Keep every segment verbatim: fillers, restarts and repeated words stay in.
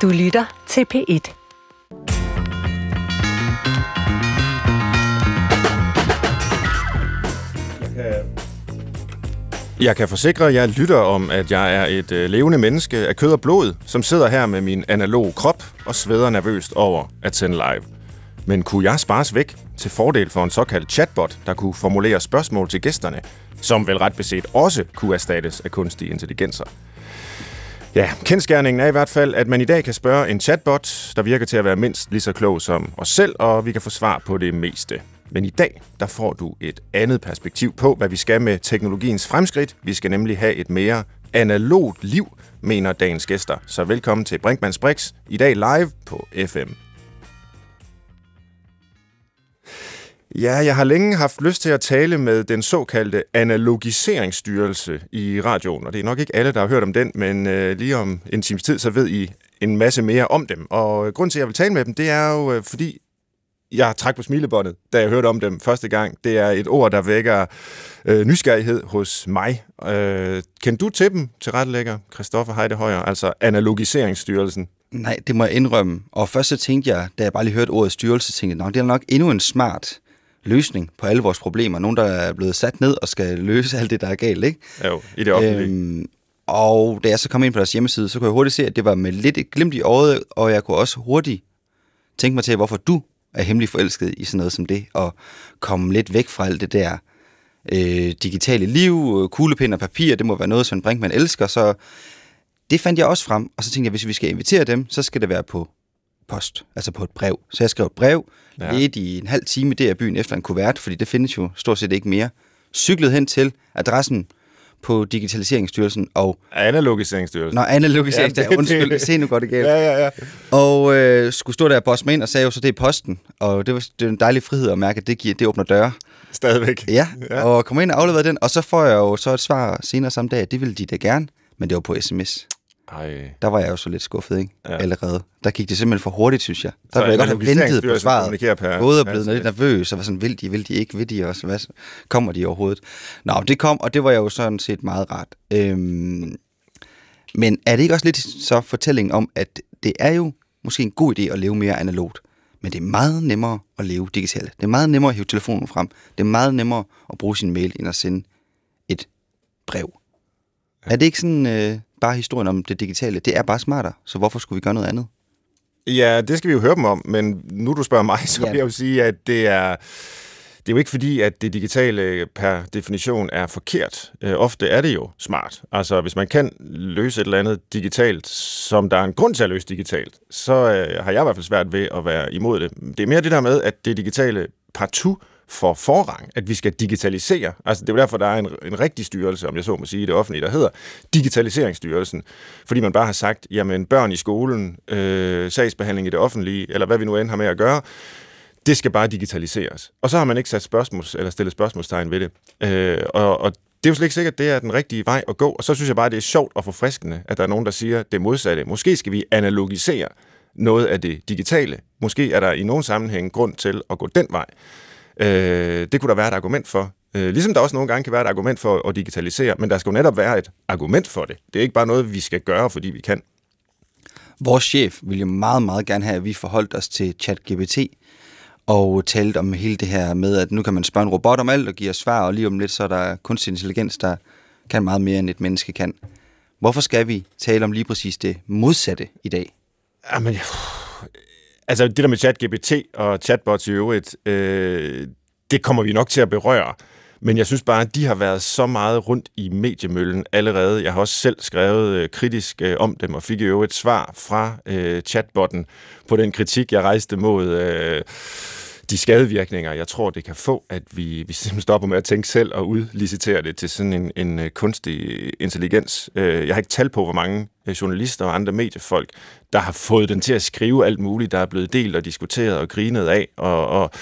Du lytter til P et. Jeg kan forsikre jer lytter om, at jeg er et øh, levende menneske af kød og blod, som sidder her med min analoge krop og sveder nervøst over at sende live. Men kunne jeg spares væk til fordel for en såkaldt chatbot, der kunne formulere spørgsmål til gæsterne, som vel ret beset også kunne erstattes af kunstige intelligenser? Ja, kendsgerningen er i hvert fald, at man i dag kan spørge en chatbot, der virker til at være mindst lige så klog som os selv, og vi kan få svar på det meste. Men i dag, der får du et andet perspektiv på, hvad vi skal med teknologiens fremskridt. Vi skal nemlig have et mere analogt liv, mener dagens gæster. Så velkommen til Brinkmanns Brix, i dag live på F M. Ja, jeg har længe haft lyst til at tale med den såkaldte analogiseringsstyrelse i radioen, og det er nok ikke alle, der har hørt om den, men øh, lige om en times tid, så ved I en masse mere om dem. Og grunden til, at jeg vil tale med dem, det er jo, øh, fordi jeg trak på smilebåndet, da jeg hørte om dem første gang. Det er et ord, der vækker øh, nysgerrighed hos mig. Øh, kender du til dem, tilrettelægger Christoffer Heide Højer, altså Analogiseringsstyrelsen? Nej, det må jeg indrømme. Og først så tænkte jeg, da jeg bare lige hørte ordet styrelse, tænkte jeg, det er nok endnu en smart løsning på alle vores problemer. Nogen, der er blevet sat ned og skal løse alt det, der er galt, ikke? Jo, i det offentlige. Øhm, og da jeg så kom ind på deres hjemmeside, så kunne jeg hurtigt se, at det var med lidt et glimt i øjet, og jeg kunne også hurtigt tænke mig til, hvorfor du er hemmelig forelsket i sådan noget som det, og komme lidt væk fra alt det der øh, digitale liv, kuglepen og papir, det må være noget, som Brinkmann elsker, så det fandt jeg også frem, og så tænkte jeg, hvis vi skal invitere dem, så skal det være på post, altså på et brev. Så jeg skrev et brev, ja. lidt i en halv time der i byen efter en kuvert, fordi det findes jo stort set ikke mere. Cyklede hen til adressen på Digitaliseringsstyrelsen og... Analogiseringsstyrelsen. Nå, Analogiseringsstyrelsen. Ja, undskyld, se nu godt det galt. Ja, ja, ja. Og øh, skulle stå der og bosse mig ind og sagde jo så, det er posten. Og det var, det var en dejlig frihed at mærke, at det, giver, det åbner døre. Stadigvæk. Ja, ja. Og kom ind og afleverede den, og så får jeg jo så et svar senere samme dag, at det ville de da gerne, men det var på sms. Ej. Der var jeg jo så lidt skuffet, ikke? Ja. Allerede. Der gik det simpelthen for hurtigt, synes jeg. Der ville jeg godt have ventet på svaret. Både og blevet lidt nervøs, og var sådan, vil de, vil de ikke, vil de også, hvad kommer de overhovedet? Nå, det kom, og det var jo sådan set meget rart. Øhm, men er det ikke også lidt så fortællingen om, at det er jo måske en god idé at leve mere analogt, men det er meget nemmere at leve digitalt. Det er meget nemmere at hive telefonen frem. Det er meget nemmere at bruge sin mail, end at sende et brev. Ja. Er det ikke sådan... Øh, bare historien om det digitale, det er bare smartere, så hvorfor skulle vi gøre noget andet? Ja, det skal vi jo høre dem om, men nu du spørger mig, så ja. vil jeg jo sige, at det er, det er jo ikke fordi, at det digitale per definition er forkert. Øh, ofte er det jo smart. Altså, hvis man kan løse et eller andet digitalt, som der er en grund til at løse digitalt, så øh, har jeg i hvert fald svært ved at være imod det. Det er mere det der med, at det digitale partout for forrang, at vi skal digitalisere. Altså, det er jo derfor, der er en, en rigtig styrelse, om jeg så må sige, i det offentlige, der hedder Digitaliseringsstyrelsen. Fordi man bare har sagt, jamen børn i skolen, øh, sagsbehandling i det offentlige, eller hvad vi nu end har med at gøre, det skal bare digitaliseres. Og så har man ikke sat spørgsmåls, eller stillet spørgsmålstegn ved det. Øh, og, og det er jo slet ikke sikkert, at det er den rigtige vej at gå. Og så synes jeg bare, det er sjovt og forfriskende, at der er nogen, der siger det modsatte. Måske skal vi analogisere noget af det digitale. Måske er der i nogen sammenhæng grund til at gå den vej. Øh, det kunne der være et argument for. Øh, ligesom der også nogle gange kan være et argument for at digitalisere, men der skal jo netop være et argument for det. Det er ikke bare noget, vi skal gøre, fordi vi kan. Vores chef ville jo meget, meget gerne have, at vi forholdt os til ChatGPT og talte om hele det her med, at nu kan man spørge en robot om alt og give os svar, og lige om lidt, så er der kunstig intelligens, der kan meget mere, end et menneske kan. Hvorfor skal vi tale om lige præcis det modsatte i dag? Jamen, altså det der med ChatGPT og chatbots i øvrigt, øh, det kommer vi nok til at berøre. Men jeg synes bare, at de har været så meget rundt i mediemøllen allerede. Jeg har også selv skrevet øh, kritisk øh, om dem, og fik jo et svar fra øh, chatbotten på den kritik, jeg rejste mod øh, de skadevirkninger, jeg tror, det kan få, at vi, vi simpelthen stopper med at tænke selv og udlicitere det til sådan en, en øh, kunstig intelligens. Øh, jeg har ikke tal på, hvor mange øh, journalister og andre mediefolk, der har fået den til at skrive alt muligt, der er blevet delt og diskuteret og grinet af, og, og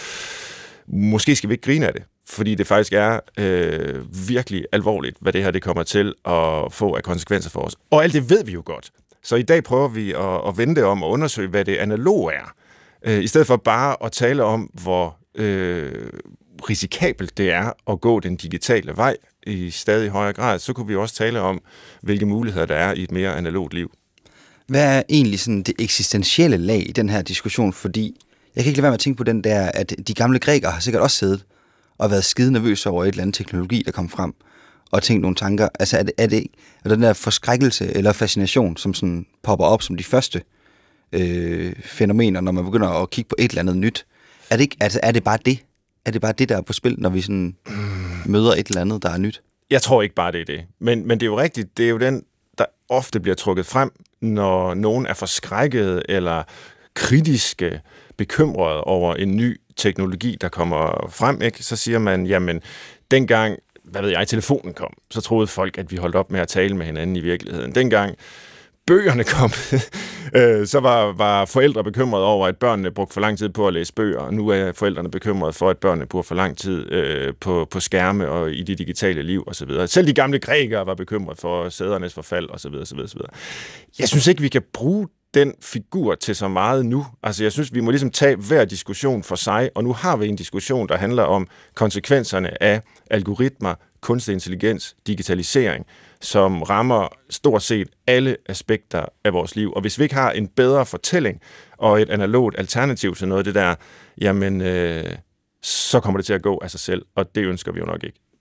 måske skal vi ikke grine af det. Fordi det faktisk er øh, virkelig alvorligt, hvad det her det kommer til at få af konsekvenser for os. Og alt det ved vi jo godt. Så i dag prøver vi at, at vende om og undersøge, hvad det analog er. Øh, I stedet for bare at tale om, hvor øh, risikabelt det er at gå den digitale vej i stadig højere grad, så kunne vi også tale om, hvilke muligheder der er i et mere analogt liv. Hvad er egentlig sådan det eksistentielle lag i den her diskussion? Fordi jeg kan ikke lade være med at tænke på den der, at de gamle grækere har sikkert også siddet og været skide nervøse over et eller andet teknologi, der kom frem, og tænkt nogle tanker. Altså er det, er det er den der forskrækkelse eller fascination, som sådan popper op som de første øh, fænomener, når man begynder at kigge på et eller andet nyt? Er det, ikke, altså, er det bare det? Er det bare det, der er på spil, når vi sådan møder et eller andet, der er nyt? Jeg tror ikke bare, det er det. Men, men det er jo rigtigt, det er jo den, der ofte bliver trukket frem, når nogen er forskrækket eller kritiske, bekymrede over en ny teknologi, der kommer frem, ikke? Så siger man, jamen, dengang, hvad ved jeg, telefonen kom, så troede folk, at vi holdt op med at tale med hinanden i virkeligheden. Dengang bøgerne kom, så var, var forældre bekymrede over, at børnene brugte for lang tid på at læse bøger, og nu er forældrene bekymrede for, at børnene bruger for lang tid øh, på, på skærme og i det digitale liv osv. Selv de gamle grækere var bekymrede for sædernes forfald osv. osv., osv. Jeg synes ikke, vi kan bruge den figur til så meget nu. Altså, jeg synes, vi må ligesom tage hver diskussion for sig, og nu har vi en diskussion, der handler om konsekvenserne af algoritmer, kunstig intelligens, digitalisering, som rammer stort set alle aspekter af vores liv. Og hvis vi ikke har en bedre fortælling og et analogt alternativ til noget af det der, jamen, øh, så kommer det til at gå af sig selv, og det ønsker vi jo nok ikke.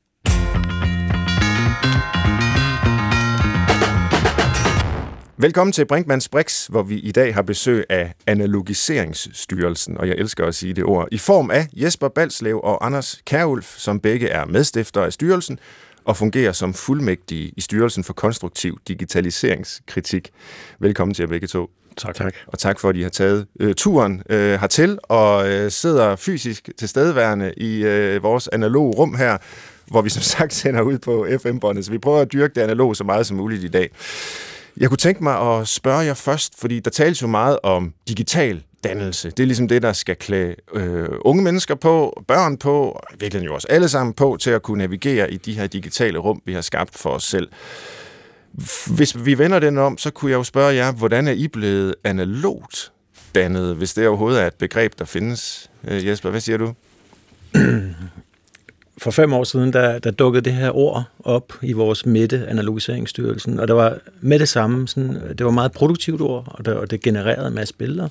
Velkommen til Brinkmanns Brix, hvor vi i dag har besøg af Analogiseringsstyrelsen, og jeg elsker at sige det ord, i form af Jesper Balslev og Anders Kjærulf, som begge er medstiftere af styrelsen og fungerer som fuldmægtige i Styrelsen for Konstruktiv Digitaliseringskritik. Velkommen til jer begge to. Tak. tak. Og tak for, at I har taget øh, turen øh, hertil og øh, sidder fysisk tilstedeværende i øh, vores analoge rum her, hvor vi som sagt sender ud på F M-båndet, så vi prøver at dyrke det analoge så meget som muligt i dag. Jeg kunne tænke mig at spørge jer først, fordi der tales jo meget om digital dannelse. Det er ligesom det, der skal klæde øh, unge mennesker på, børn på, og virkelig jo også alle sammen på, til at kunne navigere i de her digitale rum, vi har skabt for os selv. Hvis vi vender den om, så kunne jeg jo spørge jer, hvordan er I blevet analogt dannet, hvis det overhovedet er et begreb, der findes? Øh, Jesper, hvad siger du? For fem år siden, der, der dukkede det her ord op i vores Mette, Analogiseringsstyrelsen, og der var med det samme, sådan, det var et meget produktivt ord, og, der, og det genererede en masse billeder.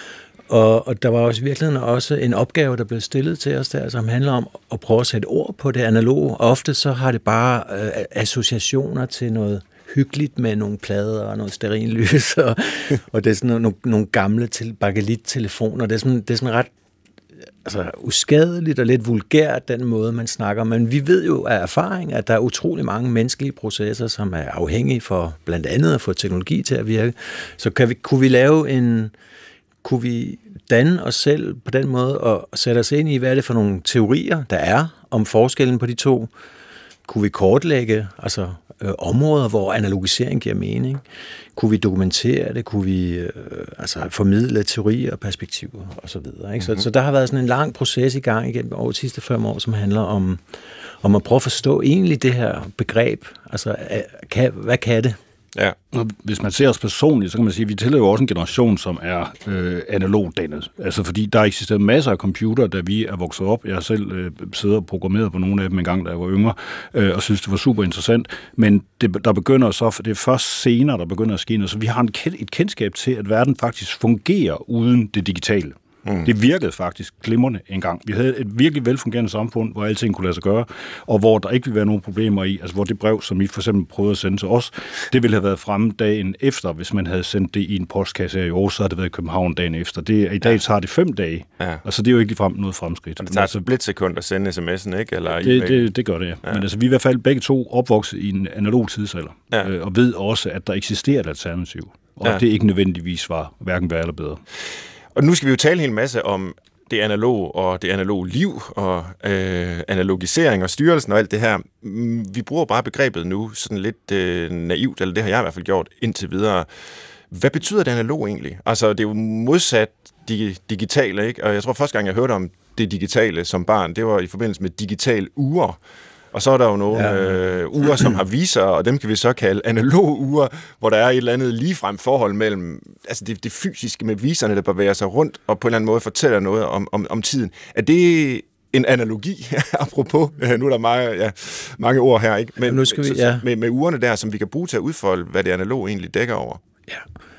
Og, og der var også i virkeligheden også en opgave, der blev stillet til os der, som handler om at prøve at sætte ord på det analoge. Og ofte så har det bare øh, associationer til noget hyggeligt med nogle plader og noget stearinlys, og, og det er sådan nogle, nogle, nogle gamle til, bakelit-telefoner. Det er sådan, det er sådan ret altså, uskadeligt og lidt vulgært, den måde, man snakker. Men vi ved jo af erfaring, at der er utrolig mange menneskelige processer, som er afhængige for blandt andet at få teknologi til at virke. Så kan vi, kunne vi lave en... Kunne vi danne os selv på den måde og sætte os ind i, hvad er det for nogle teorier, der er om forskellen på de to? Kunne vi kortlægge altså, øh, områder, hvor analogisering giver mening? Kunne vi dokumentere det? Kunne vi øh, altså, formidle teorier og perspektiver osv.? Mm-hmm. Så, så der har været sådan en lang proces i gang igennem over de sidste fem år, som handler om, om at prøve at forstå egentlig det her begreb. Altså, kan, hvad kan det? Ja. Og hvis man ser os personligt, så kan man sige, at vi tilhører jo også en generation, som er øh, analogdannet. Altså fordi der eksisterer masser af computere, da vi er vokset op. Jeg har selv øh, siddet og programmeret på nogle af dem en gang, da jeg var yngre, øh, og synes, det var super interessant. Men det, der begynder så, for det er først senere, der begynder at ske noget. Så vi har en, et kendskab til, at verden faktisk fungerer uden det digitale. Mm. Det virkede faktisk glimrende engang. Vi havde et virkelig velfungerende samfund, hvor alting kunne lade sig gøre, og hvor der ikke ville være nogen problemer i, altså hvor det brev, som I for eksempel prøvede at sende til os, det ville have været fremme dagen efter, hvis man havde sendt det i en postkasse her i år, så havde det været i København dagen efter. Det, I dag ja. tager det fem dage, ja. altså det er jo ikke ligefrem noget fremskridt. Og det tager altså et splitsekund at sende sms'en, ikke? Eller det, det, det gør det, ja. ja. Men altså, vi er i hvert fald begge to opvokset i en analog tidsalder, ja. øh, og ved også, at der eksisterer et alternativ, og ja. det ikke nødvendigvis var hverken værre eller bedre. Og nu skal vi jo tale en hel masse om det analoge og det analoge liv og øh, analogisering og styrelsen og alt det her. Vi bruger bare begrebet nu sådan lidt øh, naivt, eller det har jeg i hvert fald gjort indtil videre. Hvad betyder det analog egentlig? Altså, det er jo modsat de digitale, ikke? Og jeg tror, første gang, jeg hørte om det digitale som barn, det var i forbindelse med digital ure. Og så er der jo nogle ja. øh, uger, som har viser, og dem kan vi så kalde analoge uger, hvor der er et eller andet ligefrem forhold mellem altså det, det fysiske med viserne, der bevæger sig rundt, og på en eller anden måde fortæller noget om, om, om tiden. Er det en analogi, apropos? Nu er der mange, ja, mange ord her, ikke? Men, nu skal vi, ja. med, med ugerne der, som vi kan bruge til at udfolde, hvad det analoge egentlig dækker over. Ja.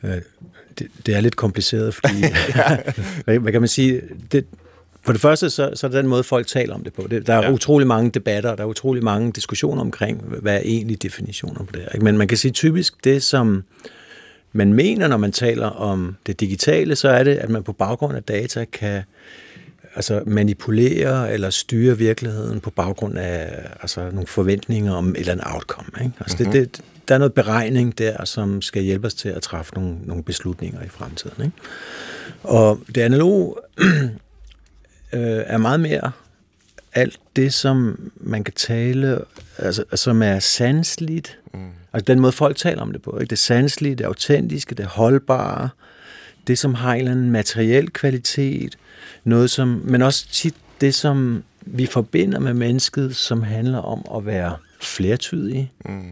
Det, det er lidt kompliceret, fordi, hvad kan man sige, det, for det første, så, så er det den måde, folk taler om det på. Det, der er ja. utrolig mange debatter, der er utrolig mange diskussioner omkring, hvad er egentlig definitioner på det her. Men man kan sige typisk, det som man mener, når man taler om det digitale, så er det, at man på baggrund af data kan altså manipulere eller styre virkeligheden på baggrund af altså, nogle forventninger om et eller andet outcome. Ikke? Altså, mm-hmm. det, det, der er noget beregning der, som skal hjælpe os til at træffe nogle, nogle beslutninger i fremtiden. Ikke? Og det analoge øh, er meget mere alt det, som man kan tale, altså, som er sanseligt. Mm. Altså den måde, folk taler om det på. Ikke? Det sanselige, det autentiske, det holdbare, det, som har en eller anden materiel kvalitet, noget som, men også tit det, som vi forbinder med mennesket, som handler om at være flertydig, mm.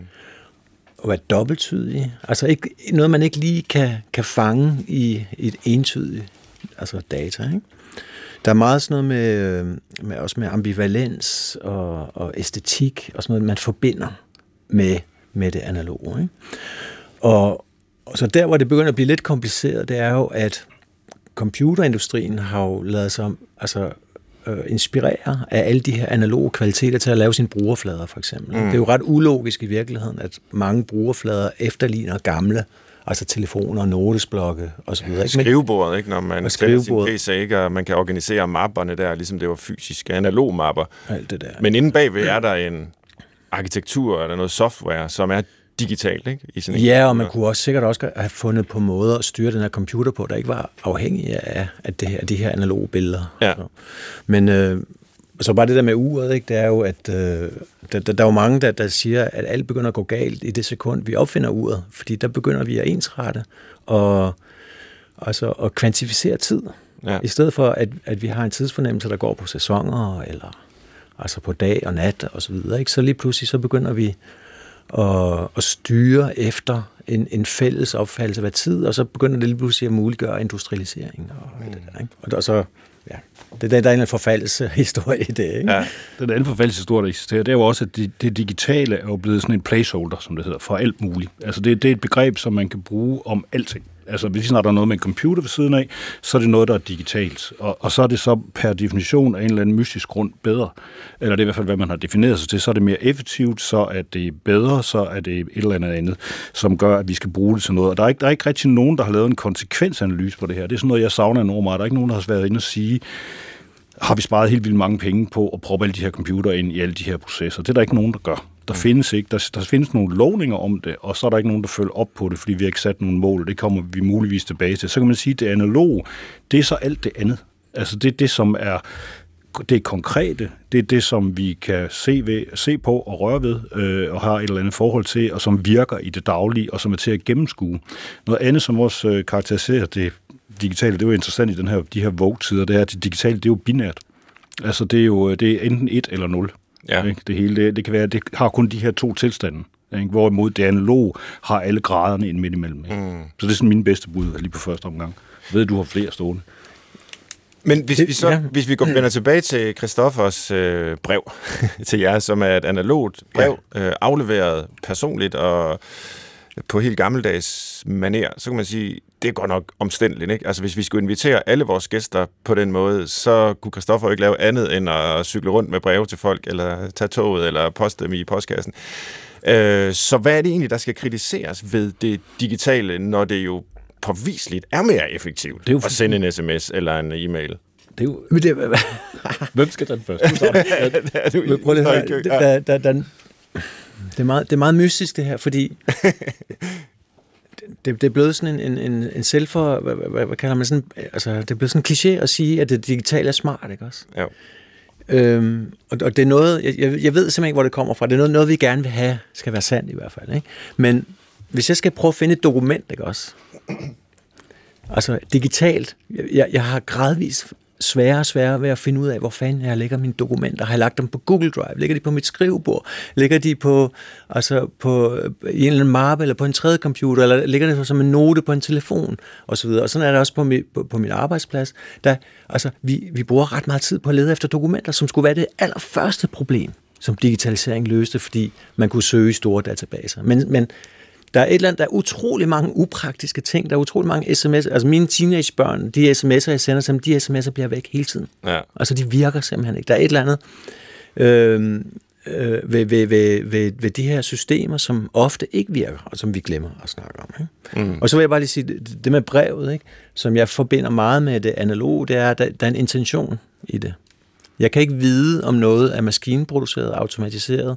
og være dobbelttydig. Altså ikke, noget, man ikke lige kan, kan fange i et entydigt altså data. Ikke? Der er meget sådan noget med, med, også med ambivalens og, og æstetik, og sådan noget, man forbinder med, med det analoge. Ikke? Og, og så der, hvor det begynder at blive lidt kompliceret, det er jo, at computerindustrien har jo lavet sig altså, øh, inspirere af alle de her analoge kvaliteter til at lave sine brugerflader, for eksempel. Mm. Det er jo ret ulogisk i virkeligheden, at mange brugerflader efterligner gamle, altså telefoner, notesblokke og så videre. Skrivebordet, ikke? Når man spiller sin P C, ikke? Og man kan organisere mapperne der, ligesom det var fysiske, analog mapper. Alt det der. Men inde bagved er der en arkitektur eller noget software, som er digitalt, ikke? I sådan ja, og man kunne også sikkert også have fundet på måder at styre den her computer på, der ikke var afhængig af, af, det her, de her analoge billeder. Ja. Så. Men øh, så bare det der med uret, ikke? Det er jo, at øh, der, der er jo mange, der, der siger, at alt begynder at gå galt i det sekund, vi opfinder uret, fordi der begynder vi at ensrette og, altså, at kvantificere tid. Ja. I stedet for, at, at vi har en tidsfornemmelse, der går på sæsoner, eller altså på dag og nat og så videre, ikke? Så lige pludselig så begynder vi Og, og styre efter en, en fælles opfattelse af tid, og så begynder det lige pludselig at muliggøre industrialisering. Og, mm. det der, ikke? Og der, så, ja, det, der er en eller anden forfaldshistorie i det. Ikke? Ja, den anden forfaldshistorie, der eksisterer, det er jo også, at det, det digitale er jo blevet sådan en placeholder, som det hedder, for alt muligt. Altså det, det er et begreb, som man kan bruge om alting. Altså hvis vi snakker noget med en computer ved siden af, så er det noget, der er digitalt. Og, og så er det så per definition af en eller anden mystisk grund bedre. Eller det er i hvert fald, hvad man har defineret sig til. Så er det mere effektivt, så er det bedre, så er det et eller andet andet, som gør, at vi skal bruge det til noget. Og der er ikke, der er ikke rigtig nogen, der har lavet en konsekvensanalyse på det her. Det er sådan noget, jeg savner enormt meget. Der er ikke nogen, der har været inde og sige, har vi sparet helt vildt mange penge på at proppe alle de her computer ind i alle de her processer. Det er der ikke nogen, der gør. Der findes ikke. Der, der findes nogle lovninger om det, og så er der ikke nogen, der følger op på det, fordi vi har ikke sat nogle mål. Det kommer vi muligvis tilbage til. Så kan man sige, at det analoge, det er så alt det andet. Altså det er det, som er det konkrete. Det er det, som vi kan se, ved, se på og røre ved, øh, og har et eller andet forhold til, og som virker i det daglige, og som er til at gennemskue. Noget andet, som også øh, karakteriserer det digitale, det er jo interessant i den her, de her Vogue-tider, det er, at det digitale, det er jo binært. Altså det er jo det er enten et eller nul. Ja. Ikke? Det hele, det, det kan være, det har kun de her to tilstande, ikke? Hvorimod det analog har alle graderne ind midt imellem. Ikke? Mm. Så det er sådan min bedste bud lige på første omgang. Jeg ved, du har flere stående. Men hvis vi så, ja. hvis vi går, vender tilbage til Christoffers øh, brev til jer, som er et analogt brev, ja. øh, afleveret personligt og på helt gammeldags manér, så kan man sige, det er godt nok omstændeligt, ikke? Altså hvis vi skulle invitere alle vores gæster på den måde, så kunne Christoffer ikke lave andet end at cykle rundt med breve til folk, eller tage toget, eller poste dem i postkassen. Øh, så hvad er det egentlig, der skal kritiseres ved det digitale, når det jo påviseligt er mere effektivt det er jo at sende en sms eller en e-mail? Det er jo... Men det, hvem skal den først? Prøv lige at høre. Der, der, der, det, er meget, det er meget mystisk, det her, fordi det, det er blevet sådan en, en, en selvfor... Hvad, hvad, hvad kalder man sådan... Altså, det er blevet sådan en kliché at sige, at det digitale er smart, ikke også? Ja. Øhm, og, og det er noget... Jeg, jeg ved simpelthen ikke, hvor det kommer fra. Det er noget, noget vi gerne vil have, skal være sandt i hvert fald, ikke? Men hvis jeg skal prøve at finde et dokument, ikke også? Altså, digitalt. Jeg, jeg har gradvist sværere og sværere ved at finde ud af, hvor fanden jeg lægger mine dokumenter. Har jeg lagt dem på Google Drive? Ligger de på mit skrivebord? Ligger de på, altså på i en eller anden mappe, eller på en tredje computer? Eller ligger det som en note på en telefon? Og så videre. Og sådan er det også på min, på, på min arbejdsplads. Der, altså, vi, vi bruger ret meget tid på at lede efter dokumenter, som skulle være det allerførste problem, som digitalisering løste, fordi man kunne søge i store databaser. Men, men Der er et eller andet, der er utrolig mange upraktiske ting, der er utrolig mange sms'er. Altså mine teenagebørn, de sms'er, jeg sender til dem, de sms'er bliver væk hele tiden. Ja. Altså de virker simpelthen ikke. Der er et eller andet øh, øh, ved, ved, ved, ved, ved de her systemer, som ofte ikke virker, og som vi glemmer at snakke om. Ikke? Mm. Og så vil jeg bare lige sige, det, det med brevet, ikke, som jeg forbinder meget med det analoge, det er, at der, der er en intention i det. Jeg kan ikke vide, om noget er maskinproduceret, automatiseret,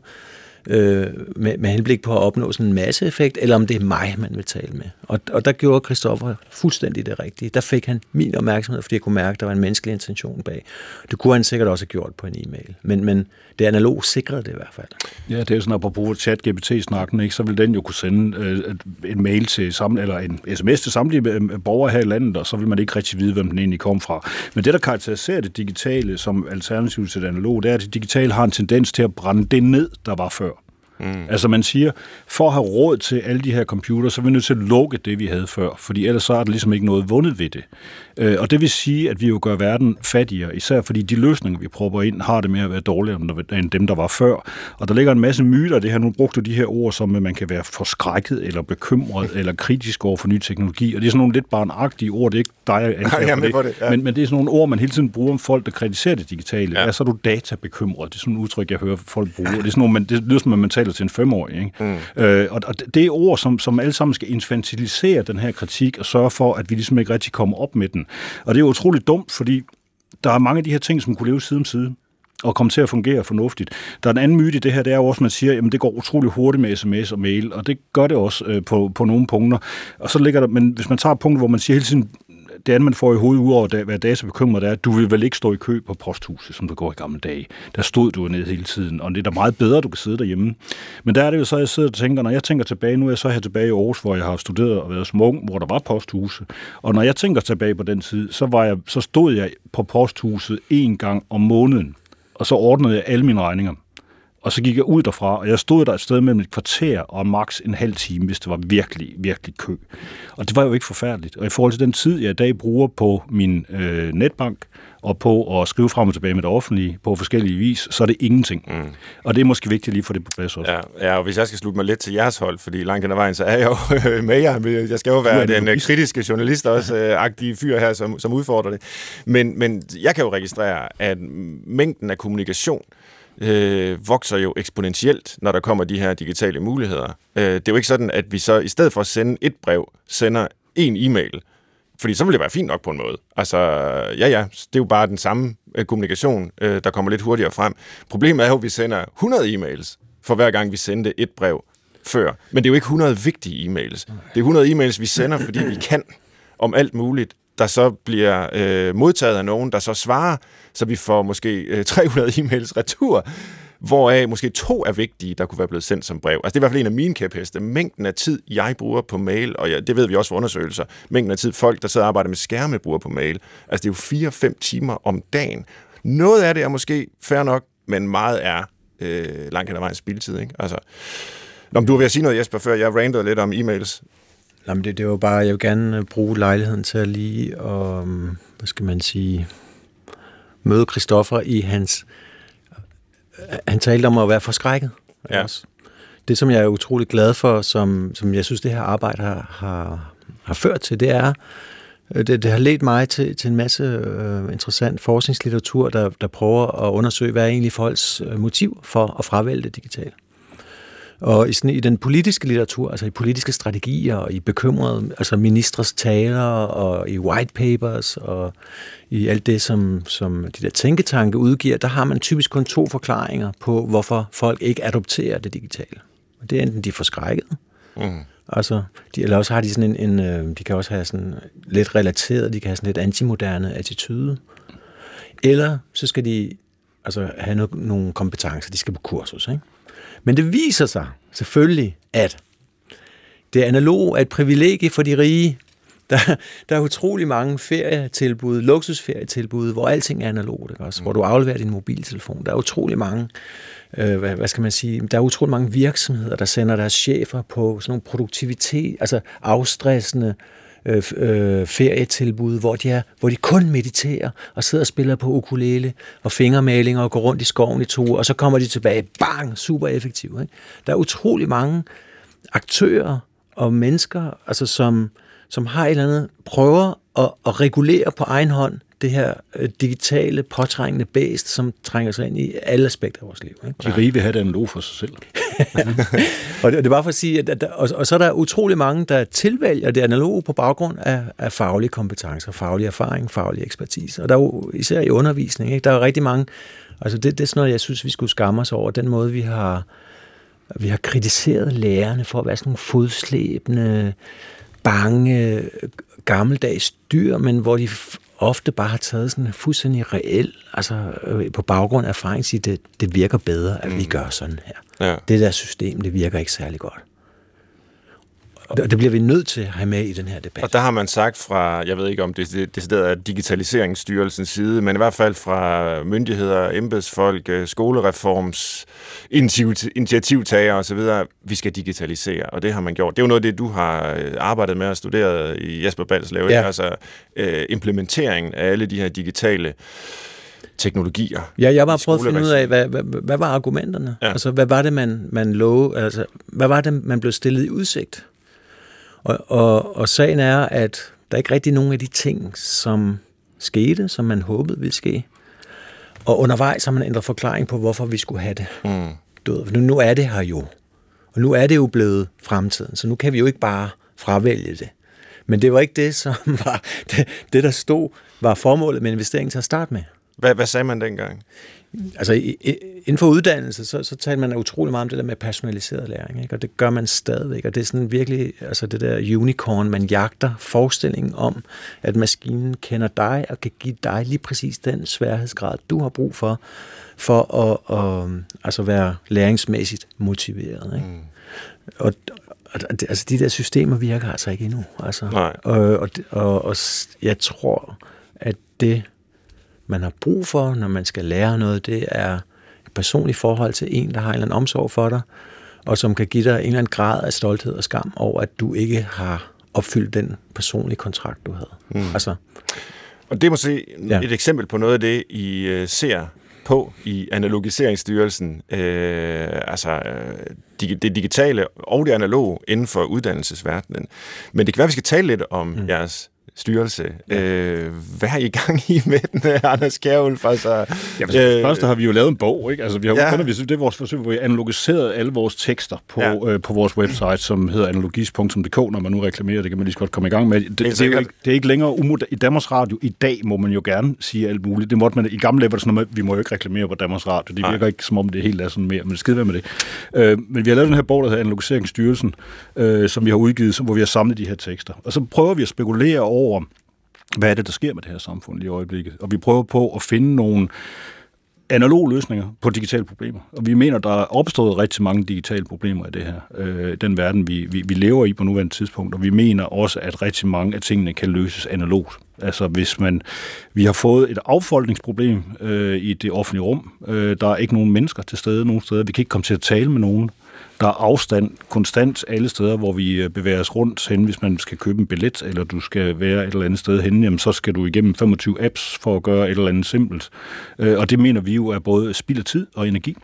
øh, med, med henblik på at opnå sådan en masseeffekt, eller om det er mig, man vil tale med. Og, og der gjorde Christoffer fuldstændig det rigtige. Der fik han min opmærksomhed, fordi jeg kunne mærke, at der var en menneskelig intention bag. Det kunne han sikkert også have gjort på en e-mail. Men, men det analog sikrede det i hvert fald. Ja, det er sådan, at på brug af chat-G P T-snakken, ikke, så vil den jo kunne sende øh, en mail til sammen, eller en sms til samtlige borgere her i landet, og så vil man ikke rigtig vide, hvem den egentlig kom fra. Men det, der karakteriserer det digitale som alternativ til det analog, det er, at det digitale har en tendens til at brænde det ned, der var før. Mm. Altså man siger, for at have råd til alle de her computer, så er vi nødt til at lukke det, vi havde før, fordi ellers så er der ligesom ikke noget vundet ved det. Øh, og det vil sige, at vi jo gør verden fattigere, især fordi de løsninger, vi propper ind, har det med at være dårligere end dem, der var før. Og der ligger en masse myter, det her, nu brugte du de her ord, som at man kan være forskrækket, eller bekymret, eller kritisk over for ny teknologi, og det er sådan nogle lidt barnagtige ord, det er ikke dig, jeg Nej, det, det ja. men, men det er sådan nogle ord, man hele tiden bruger om folk, der kritiserer det digitale. Ja. Ja, så er du databekymret, det er sådan et udtryk, jeg hører folk bruge. Det er sådan nogle, man, det lyder som, at man taler til en femårig. Ikke? Mm. Øh, og, og det er ord, som, som alle sammen skal infantilisere den her kritik, og sørge for, at vi ligesom ikke rigtig kommer op med den. Og det er utroligt dumt, fordi der er mange af de her ting, som kunne leve side om side, og komme til at fungere fornuftigt. Der er en anden myte i det her, det er jo også, at man siger, at det går utrolig hurtigt med sms og mail, og det gør det også øh, på, på nogle punkter. Og så ligger der, men hvis man tager punkter, hvor man siger hele tiden, det andet, man får i hovedet udover at være databekymret, er, at du vil vel ikke stå i kø på posthuset, som du går i gamle dage. Der stod du ned hele tiden, og det er da meget bedre, at du kan sidde derhjemme. Men der er det jo så, jeg sidder og tænker, når jeg tænker tilbage, nu er jeg så her tilbage i Aarhus, hvor jeg har studeret og været som ung, hvor der var posthuse. Og når jeg tænker tilbage på den tid, så, var jeg, så stod jeg på posthuset en gang om måneden, og så ordnede jeg alle mine regninger. Og så gik jeg ud derfra, og jeg stod der et sted mellem et kvarter og maks en halv time, hvis det var virkelig, virkelig kø. Og det var jo ikke forfærdeligt. Og i forhold til den tid, jeg i dag bruger på min øh, netbank, og på at skrive frem og tilbage med det offentlige på forskellige vis, så er det ingenting. Mm. Og det er måske vigtigt lige for det på plads også. Ja, ja, og hvis jeg skal slutte mig lidt til jeres hold, fordi langt hen ad vejen, så er jeg jo med jer. Jeg skal jo være den uh, kritiske journalist også, uh, agtige fyr her, som, som udfordrer det. Men, men jeg kan jo registrere, at mængden af kommunikation øh, vokser jo eksponentielt, når der kommer de her digitale muligheder. Øh, det er jo ikke sådan, at vi så i stedet for at sende et brev, sender en e-mail. Fordi så vil det være fint nok på en måde. Altså, ja ja, det er jo bare den samme øh, kommunikation, øh, der kommer lidt hurtigere frem. Problemet er jo, at vi sender hundrede e-mails, for hver gang vi sendte et brev før. Men det er jo ikke hundrede vigtige e-mails. Det er hundrede e-mails, vi sender, fordi vi kan om alt muligt, der så bliver øh, modtaget af nogen, der så svarer, så vi får måske øh, tre hundrede e-mails retur, hvoraf måske to er vigtige, der kunne være blevet sendt som brev. Altså det er i hvert fald en af mine kæpheste. Mængden af tid, jeg bruger på mail, og ja, det ved vi også fra undersøgelser, mængden af tid, folk, der sidder og arbejder med skærme, bruger på mail. Altså det er jo fire fem timer om dagen. Noget af det er måske fair nok, men meget er øh, langt hen ad vejen spildtid, ikke? Altså, Nå, men du vil sige noget, Jesper, før jeg rantede lidt om e-mails. Jamen det, det var bare, jeg vil gerne bruge lejligheden til at lige, og, hvad skal man sige, møde Christoffer i hans... Han talte om at være forskrækket. Ja. Også. Det, som jeg er utrolig glad for, som, som jeg synes, det her arbejde har, har, har ført til, det er, det, det har ledt mig til, til en masse øh, interessant forskningslitteratur, der, der prøver at undersøge, hvad er egentlig folks motiv for at fravælge det digitale. Og i, sådan, i den politiske litteratur, altså i politiske strategier, og i bekymrede, altså ministres taler, og i white papers, og i alt det, som, som de der tænketanke udgiver, der har man typisk kun to forklaringer på, hvorfor folk ikke adopterer det digitale. Og det er enten de er forskrækket, mm. altså, de, eller også har de sådan en, en, de kan også have sådan lidt relateret, de kan have sådan lidt antimoderne attitude, eller så skal de altså have no, nogle kompetencer, de skal på kursus, ikke? Men det viser sig selvfølgelig, at det analoge er et privilegie for de rige. Der, der er utrolig mange ferietilbud, luksusferietilbud, hvor alting er analogt, ikke også? Hvor du afleverer din mobiltelefon. Der er utrolig mange, øh, hvad, hvad skal man sige, der er utrolig mange virksomheder, der sender deres chefer på sådan nogle produktivitet, altså afstressende øh, øh, ferietilbud, hvor de, er, hvor de kun mediterer og sidder og spiller på ukulele og fingermalinger og går rundt i skoven i to uger, og så kommer de tilbage, bang, super effektivt, ikke? Der er utrolig mange aktører og mennesker, altså som, som har et eller andet, prøver at, at regulere på egen hånd det her øh, digitale, påtrængende bæst, som trænger sig ind i alle aspekter af vores liv. Ikke? De rige vil have det analoge for sig selv. og, det, og det var for at sige, at, at og, og så er der utrolig mange, der tilvælger det analoge på baggrund af, af faglige kompetencer, faglig erfaring, faglig ekspertise. Og der er jo især i undervisning, ikke? Der er rigtig mange, altså det, det er sådan noget, jeg synes, vi skulle skamme os over, den måde, vi har, vi har kritiseret lærerne for at være sådan nogle fodslæbende, bange, gammeldags dyr, men hvor de ofte bare har taget sådan en fuldstændig reel, altså øh, på baggrund af erfaring, sige, det, det virker bedre, at mm. vi gør sådan her. Ja. Det der system, det virker ikke særlig godt. Og det bliver vi nødt til at have med i den her debat. Og der har man sagt fra, jeg ved ikke om det, det, det er Digitaliseringsstyrelsens side, men i hvert fald fra myndigheder, embedsfolk, skolereforms, initiativtagere osv., vi skal digitalisere, og det har man gjort. Det er jo noget af det, du har arbejdet med og studeret i Jesper Balslev, ja. Altså øh, implementeringen af alle de her digitale teknologier. Ja, jeg var prøvet at finde ud af, hvad, hvad, hvad var argumenterne? Ja. Altså, hvad var det, man, man lovede? Altså, hvad var det, man blev stillet i udsigt? Og, og, og sagen er, at der er ikke rigtig nogen af de ting, som skete, som man håbede ville ske. Og undervejs har man ændret forklaring på, hvorfor vi skulle have det. Mm. Nu, nu er det her jo. Og nu er det jo blevet fremtiden, så nu kan vi jo ikke bare fravælge det. Men det var ikke det, som var det, det der stod, var formålet med investeringen til at starte med. Hvad, hvad sagde man dengang? Altså i, inden for uddannelse, så, så taler man utrolig meget om det der med personaliseret læring, ikke? Og det gør man stadigvæk, og det er sådan virkelig, altså det der unicorn, man jagter, forestillingen om, at maskinen kender dig og kan give dig lige præcis den sværhedsgrad, du har brug for, for at, at altså være læringsmæssigt motiveret. Ikke? Mm. Og, og altså de der systemer virker altså ikke endnu. Altså. Nej. Og, og, og, og jeg tror, at det man har brug for, når man skal lære noget, det er et personligt forhold til en, der har en eller anden omsorg for dig, og som kan give dig en eller anden grad af stolthed og skam over, at du ikke har opfyldt den personlige kontrakt, du havde. Mm. Altså, og det er måske ja. et eksempel på noget af det, I øh, ser på i Analogiseringsstyrelsen, øh, altså øh, det digitale og det analoge inden for uddannelsesverdenen. Men det kan være, vi skal tale lidt om mm. jeres styrelse. Ja. Øh, hvad er I gang i med den, Anders Kjærulf? Altså, ja, for øh, først har vi jo lavet en bog, ikke? Altså, vi har ja. det er vores forsøg, hvor vi analogiseret alle vores tekster på, ja. øh, på vores website, som hedder analogis punktum d k, når man nu reklamerer, det kan man lige så godt komme i gang med. Det, det, det, er, jo ikke, det er ikke længere umoderne. I Danmarks Radio i dag må man jo gerne sige alt muligt. Det måtte man, i gamle dage var det sådan noget, vi må jo ikke reklamere på Danmarks Radio. Det virker Nej. ikke, som om det helt er sådan mere, men det skide være med det. Øh, men vi har lavet den her bog, der hedder Analogiseringsstyrelsen, øh, som vi har udgivet, hvor vi har samlet de her tekster. Og så prøver vi at spekulere over, hvad er det, der sker med det her samfund i øjeblikket. Og vi prøver på at finde nogle analoge løsninger på digitale problemer. Og vi mener, der er opstået rigtig mange digitale problemer i det her, øh, den verden, vi, vi, vi lever i på nuværende tidspunkt. Og vi mener også, at rigtig mange af tingene kan løses analogt. Altså hvis man, vi har fået et affolkningsproblem øh, i det offentlige rum. Øh, der er ikke nogen mennesker til stede nogen steder. Vi kan ikke komme til at tale med nogen. Der er afstand konstant alle steder, hvor vi bevæger os rundt hen. Hvis man skal købe en billet, eller du skal være et eller andet sted henne, jamen, så skal du igennem femogtyve apps for at gøre et eller andet simpelt. Og det mener vi jo er både spild af tid og energi.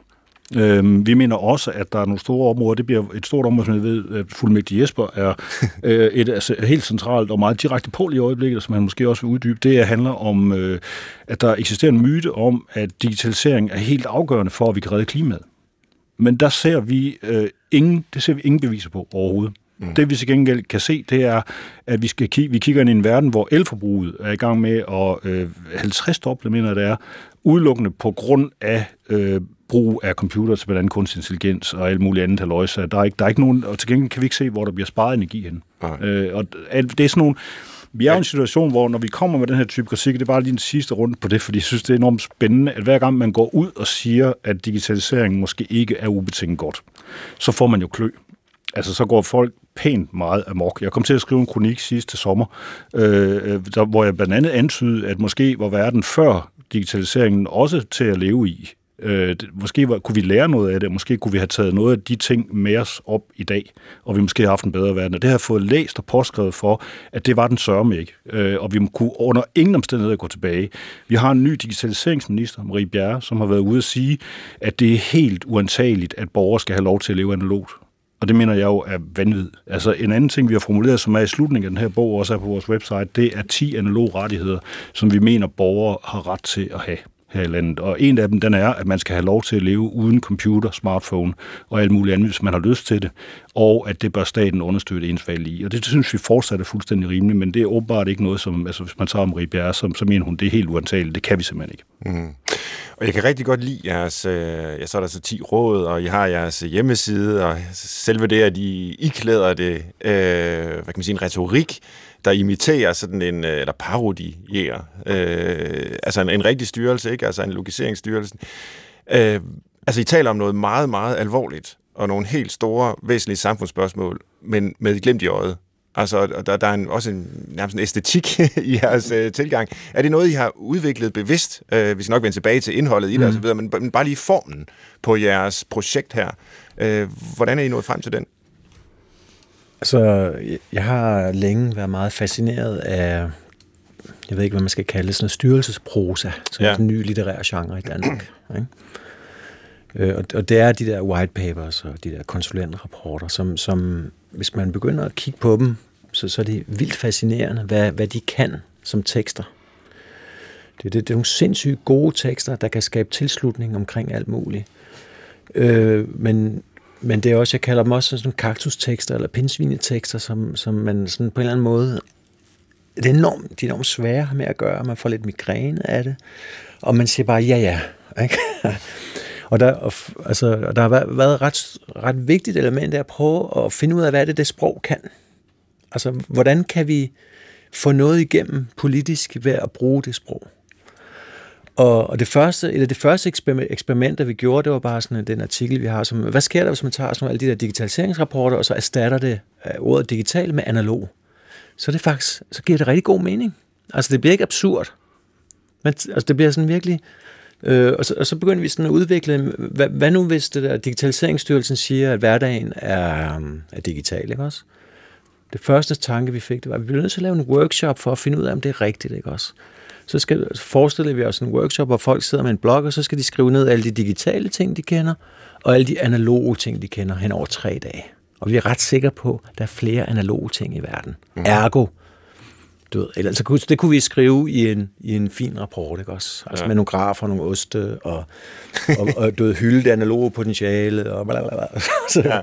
Vi mener også, at der er nogle store områder. Det bliver et stort område, som jeg ved, at fuldmægtig Jesper er et altså, helt centralt og meget direkte på i øjeblikket, som han måske også vil uddybe. Det handler om, at der eksisterer en myte om, at digitalisering er helt afgørende for, at vi kan redde klimaet. Men der ser vi øh, ingen, det ser vi ingen beviser på overhovedet. Mm. Det vi til gengæld kan se, det er, at vi skal kigge, vi kigger ind i en verden, hvor elforbruget er i gang med at øh, halvtreds doble, mener det er, udelukkende på grund af øh, brug af computer til blandt andet kunstig intelligens og alt muligt andet haløjse. Der er ikke, der er ikke nogen, og til gengæld kan vi ikke se, hvor der bliver sparet energi hen. Øh, og det er sådan nogle. Vi er i en situation, hvor når vi kommer med den her type kritik, det er bare lige den sidste runde på det, fordi jeg synes, det er enormt spændende, at hver gang man går ud og siger, at digitaliseringen måske ikke er ubetinget godt, så får man jo klø. Altså, så går folk pænt meget amok. Jeg kom til at skrive en kronik sidste sommer, øh, der, hvor jeg blandt andet antydede, at måske var verden før digitaliseringen også til at leve i. Øh, måske var, kunne vi lære noget af det, måske kunne vi have taget noget af de ting med os op i dag, og vi måske have haft en bedre verden. Og det har jeg fået læst og påskrevet for, at det var den sørme ikke. Øh, og vi kunne under ingen omstændigheder gå tilbage. Vi har en ny digitaliseringsminister, Marie Bjerre, som har været ude at sige, at det er helt uantageligt, at borgere skal have lov til at leve analogt. Og det mener jeg jo er vanvid. Altså en anden ting, vi har formuleret, som er i slutningen af den her bog, også er på vores website, det er ti analoge rettigheder, som vi mener, borgere har ret til at have her i landet. Og en af dem, den er, at man skal have lov til at leve uden computer, smartphone og alt muligt andet, hvis man har lyst til det, og at det bør staten understøtte ens valg i. Og det synes vi fortsat er fuldstændig rimeligt, men det er åbenbart ikke noget, som, altså hvis man tager Marie Bjerre, så, så mener hun, det er helt uantageligt. Det kan vi simpelthen ikke. Mm. Og jeg kan rigtig godt lide jeres, øh, ja, så er der så ti råd, og I har jeres hjemmeside, og selve det, at I iklæder det, øh, hvad kan man sige, en retorik, der imiterer sådan en, eller parodierer, øh, altså en, en rigtig styrelse, ikke? Altså analogiseringsstyrelsen. Øh, altså I taler om noget meget, meget alvorligt, og nogle helt store, væsentlige samfundsspørgsmål, men med et glimt i øjet. Altså, der, der er en, også en, nærmest en æstetik i jeres øh, tilgang. Er det noget, I har udviklet bevidst? Øh, vi skal nok vende tilbage til indholdet i det, mm. og så videre, men, men bare lige formen på jeres projekt her. Øh, hvordan er I nået frem til den? Altså, jeg har længe været meget fascineret af, jeg ved ikke, hvad man skal kalde det, sådan en styrelsesprosa, som ja. er en ny litterær genre i Danmark. Ikke? Og, og det er de der white papers og de der konsulentrapporter, som, som hvis man begynder at kigge på dem, så, så er det vildt fascinerende, hvad, hvad de kan som tekster. Det, det, det er nogle sindssygt gode tekster, der kan skabe tilslutning omkring alt muligt. Øh, men Men det er også, jeg kalder dem også sådan nogle kaktustekster eller pindsvinetekster, som, som man sådan på en eller anden måde, det er enormt, de er enormt svære med at gøre, man får lidt migræne af det, og man siger bare, ja, ja, ikke? Og der, og, altså, og der har været et ret, ret vigtigt element af at prøve at finde ud af, hvad det, det sprog kan. Altså, hvordan kan vi få noget igennem politisk ved at bruge det sprog? Og, og det første, et af de første eksperimenter, vi gjorde, det var bare sådan den artikel, vi har, som, hvad sker der, hvis man tager sådan nogle, alle de der digitaliseringsrapporter, og så erstatter det uh, ordet digital med analog? Så det faktisk, så giver det rigtig god mening. Altså, det bliver ikke absurd. Men, altså, det bliver sådan virkelig... Øh, og, så, og så begynder vi sådan at udvikle, hvad, hvad nu hvis det der Digitaliseringsstyrelsen siger, at hverdagen er, er digital, ikke også? Det første tanke, vi fik, det var, at vi bliver nødt til at lave en workshop for at finde ud af, om det er rigtigt, ikke også? Så skal, forestiller vi os en workshop, hvor folk sidder med en blog, og så skal de skrive ned alle de digitale ting, de kender, og alle de analoge ting, de kender hen over tre dage. Og vi er ret sikre på, at der er flere analoge ting i verden. Mm. Ergo, du ved, eller, så kunne, det kunne vi skrive i en, i en fin rapport, ikke også? Altså ja. Med nogle grafer, nogle oste, og, og, og du ved, hylde det analoge potentiale, og blablabla. Så, ja.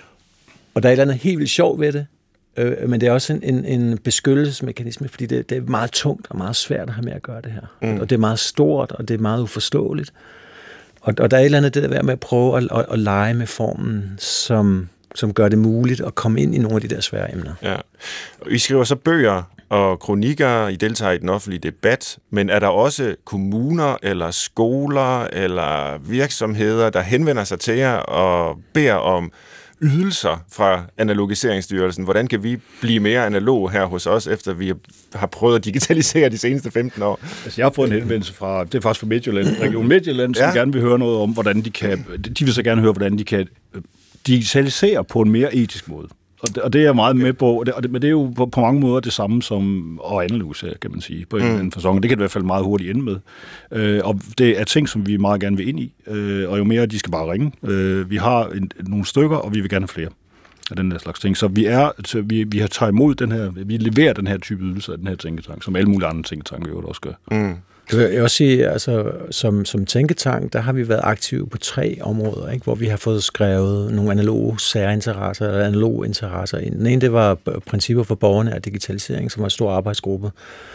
Og der er et eller andet helt vildt sjovt ved det, øh, men det er også en, en, en beskyttelsesmekanisme, fordi det, det er meget tungt og meget svært at have med at gøre det her. Mm. Og det er meget stort, og det er meget uforståeligt. Og, og der er et eller andet det der med at prøve at, at, at lege med formen, som, som gør det muligt at komme ind i nogle af de der svære emner. Ja. I skriver så bøger og kronikker, I deltager i den offentlige debat, men er der også kommuner eller skoler eller virksomheder, der henvender sig til jer og beder om ydelser fra Analogiseringsstyrelsen? Hvordan kan vi blive mere analog her hos os, efter vi har prøvet at digitalisere de seneste femten år? Altså, jeg har fået en henvendelse fra, det er faktisk fra Midtjylland, Region Midtjylland, som ja. gerne vil høre noget om, hvordan de kan, de vil så gerne høre, hvordan de kan digitalisere på en mere etisk måde. Og det, og det er jeg meget med på, og det, og det, men det er jo på, på mange måder det samme som at analysere, kan man sige, på en eller anden facon. Det kan det i hvert fald meget hurtigt ende med. Øh, og det er ting, som vi meget gerne vil ind i, øh, og jo mere, de skal bare ringe. Øh, vi har en, nogle stykker, og vi vil gerne have flere af den der slags ting. Så vi er, så vi, vi har taget imod den her, vi leverer den her type ydelser af den her tænketank, som alle mulige andre tænketanke jo også gør. Mm. Jeg vil også sige, altså, som, som tænketank, der har vi været aktive på tre områder, ikke? Hvor vi har fået skrevet nogle analoge særinteresser, eller analoge interesser ind. Den ene, det var principper for borgerne og digitalisering, som var en stor arbejdsgruppe,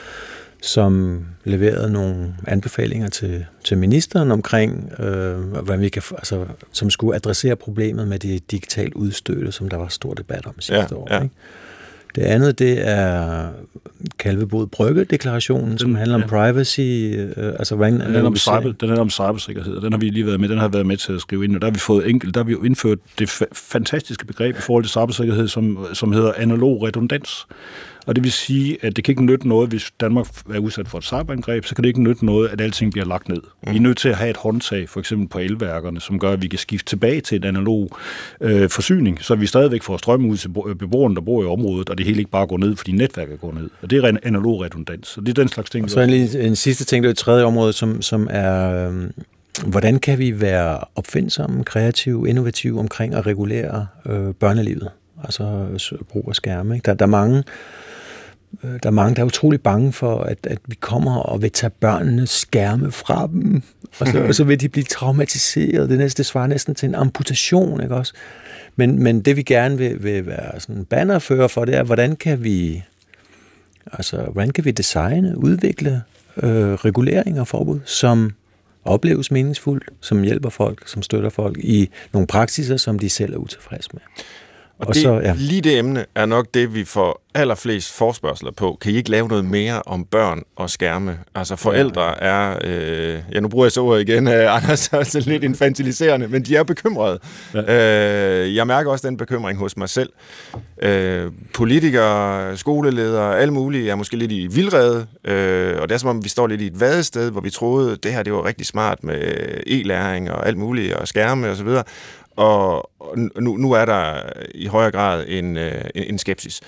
som leverede nogle anbefalinger til, til ministeren omkring, øh, hvordan vi kan, altså, som skulle adressere problemet med det digitalt udstødte, som der var stor debat om sidste ja, år. Ja. Ikke? Det andet, det er Kalvebod Brygge-deklarationen, som handler om ja. privacy. Øh, altså, den, den, om cyber, den handler om cybersikkerhed, og den har vi lige været med, den har været med til at skrive ind, og der har vi fået enkelt, der har vi jo indført det fa- fantastiske begreb i forhold til cybersikkerhed, som, som hedder analog redundans. Og det vil sige, at det kan ikke nytte noget, hvis Danmark er udsat for et cyberangreb, så kan det ikke nytte noget, at alting bliver lagt ned. Mm. Vi er nødt til at have et håndtag, for eksempel på elværkerne, som gør, at vi kan skifte tilbage til en analog øh, forsyning, så vi stadigvæk får strøm ud til beboerne, der bor i området, og det hele ikke bare går ned, fordi netværket går ned. Og det er analog redundans. Og det er den slags ting. Og så en, en sidste ting, det er et tredje område, som, som er... Øh, hvordan kan vi være opfindsomme, kreative, innovative omkring at regulere øh, børnelivet, altså brug af skærme. Ikke? Der, der er mange, øh, der er mange, der er utrolig bange for, at, at vi kommer og vil tage børnenes skærme fra dem, og så, og så vil de blive traumatiseret. Det, næste, det svarer næsten til en amputation, ikke også? Men, men det vi gerne vil, vil være sådan bannerfører for, det er, hvordan kan vi, altså, hvordan kan vi designe, udvikle øh, regulering og forbud, som opleves meningsfuldt, som hjælper folk, som støtter folk i nogle praksiser, som de selv er utilfredse med. Og, og det, så, ja. lige det emne er nok det, vi får allerflest forespørgsler på. Kan I ikke lave noget mere om børn og skærme? Altså forældre er, øh, ja nu bruger jeg så ordet igen, øh, Anders, altså lidt infantiliserende, men de er bekymrede. Ja. Øh, jeg mærker også den bekymring hos mig selv. Øh, politikere, skoleledere, alle mulige er måske lidt i vildrede, øh, og det er som om, vi står lidt i et vadested, hvor vi troede, det her det var rigtig smart med e-læring og alt muligt, og skærme og så videre. Og nu, nu er der i højere grad en, en, en skepsis.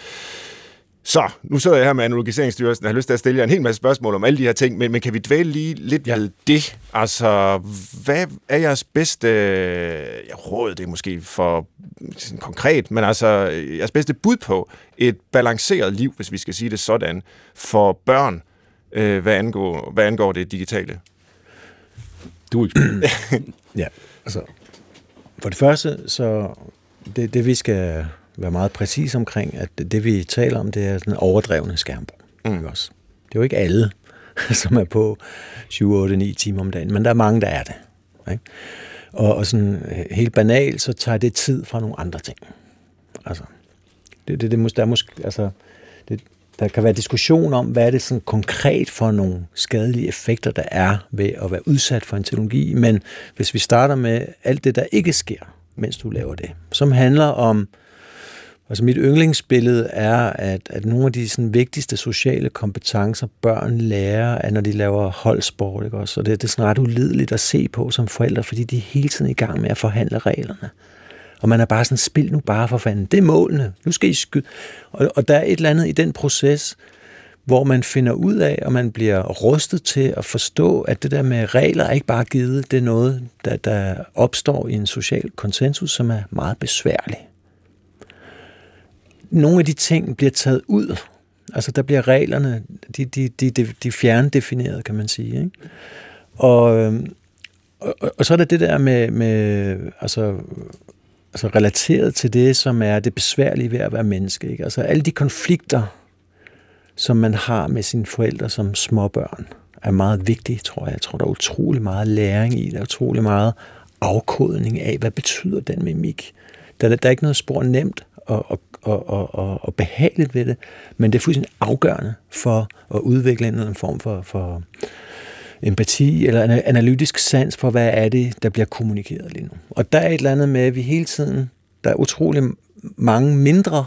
Så, nu sidder jeg her med Analogiseringsstyrelsen og har lyst til at stille jer en hel masse spørgsmål om alle de her ting, men, men kan vi dvæle lige lidt ja. ved det? Altså, hvad er jeres bedste ja, råd, det er måske for sådan konkret, men altså jeres bedste bud på et balanceret liv, hvis vi skal sige det sådan, for børn, øh, hvad, angår, hvad angår det digitale? Du er Ja, altså... For det første, så det, det vi skal være meget præcis omkring, at det, det vi taler om, det er den overdrevne skærmbrug. Mm. Også. Det er jo ikke alle, som er på syv, otte, ni timer om dagen, men der er mange, der er det. Ikke? Og, og sådan helt banalt, så tager det tid fra nogle andre ting. Altså, det, det, det, der, måske, altså, det, der kan være diskussion om, hvad er det sådan konkret for nogle skadelige effekter, der er ved at være udsat for en teknologi. Men hvis vi starter med alt det, der ikke sker, mens du laver det, som handler om, altså mit yndlingsbillede er, at, at nogle af de sådan vigtigste sociale kompetencer, børn lærer, er, når de laver holdsport. Ikke også? Og det, det er sådan ret ulideligt at se på som forældre, fordi de er hele tiden i gang med at forhandle reglerne. Og man er bare sådan, spil nu bare for fanden. Det er målene. Nu skal I skyde. Og, og der er et eller andet i den proces, hvor man finder ud af, og man bliver rustet til at forstå, at det der med regler er ikke bare givet. Det er noget, der, der opstår i en social konsensus, som er meget besværlig. Nogle af de ting bliver taget ud. Altså der bliver reglerne, de, de, de, de, de fjerndefineret, kan man sige. Ikke? Og, og, og så er der det der med, med altså... altså relateret til det, som er det besværlige ved at være menneske. Ikke? Altså alle de konflikter, som man har med sine forældre som småbørn, er meget vigtige, tror jeg. Jeg tror, der er utrolig meget læring i, der er utrolig meget afkodning af, hvad betyder den mimik. Der, der er ikke noget spor nemt og, og, og, og, og, og behageligt ved det, men det er fuldstændig afgørende for at udvikle en eller anden form for, for empati eller analytisk sans for, hvad er det, der bliver kommunikeret lige nu. Og der er et eller andet med, at vi hele tiden, der er utrolig mange mindre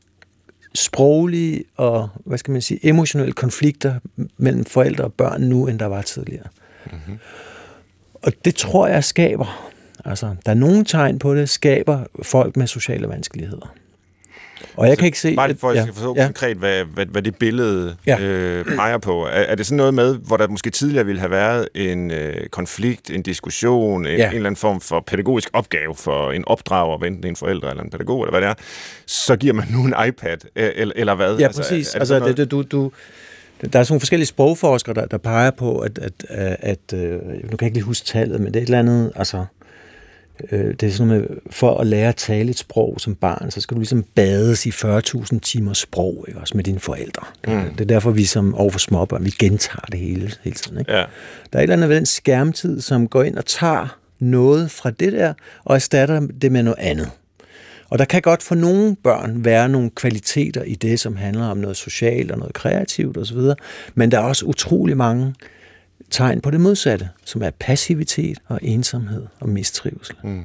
sproglige og, hvad skal man sige, emotionelle konflikter mellem forældre og børn nu, end der var tidligere. Mm-hmm. Og det tror jeg skaber, altså der er nogle tegn på det, skaber folk med sociale vanskeligheder. Og jeg altså, kan ikke se... Bare for at jeg skal forstå ja. konkret, hvad, hvad, hvad det billede ja. øh, peger på. Er, er det sådan noget med, hvor der måske tidligere ville have været en øh, konflikt, en diskussion, en, ja. en eller anden form for pædagogisk opgave for en opdrager, enten en forælder eller en pædagog, eller hvad det er, så giver man nu en iPad, eller, eller hvad? Ja, altså, præcis. Er, er det altså, det, det, du, du, der er sådan nogle forskellige sprogforskere, der, der peger på, at... at, at, at øh, nu kan jeg ikke lige huske tallet, men det er et eller andet... altså det er sådan med, for at lære at tale et sprog som barn, så skal du ligesom bades i fyrre tusind timer sprog, ikke? Også med dine forældre. Mm. Det er derfor, vi som overfor småbørn, vi gentager det hele, hele tiden. Ikke? Ja. Der er et eller andet ved den skærmtid, som går ind og tager noget fra det der, og erstatter det med noget andet. Og der kan godt for nogle børn være nogle kvaliteter i det, som handler om noget socialt og noget kreativt osv., men der er også utrolig mange tegn på det modsatte, som er passivitet og ensomhed og mistrivsel. Mm.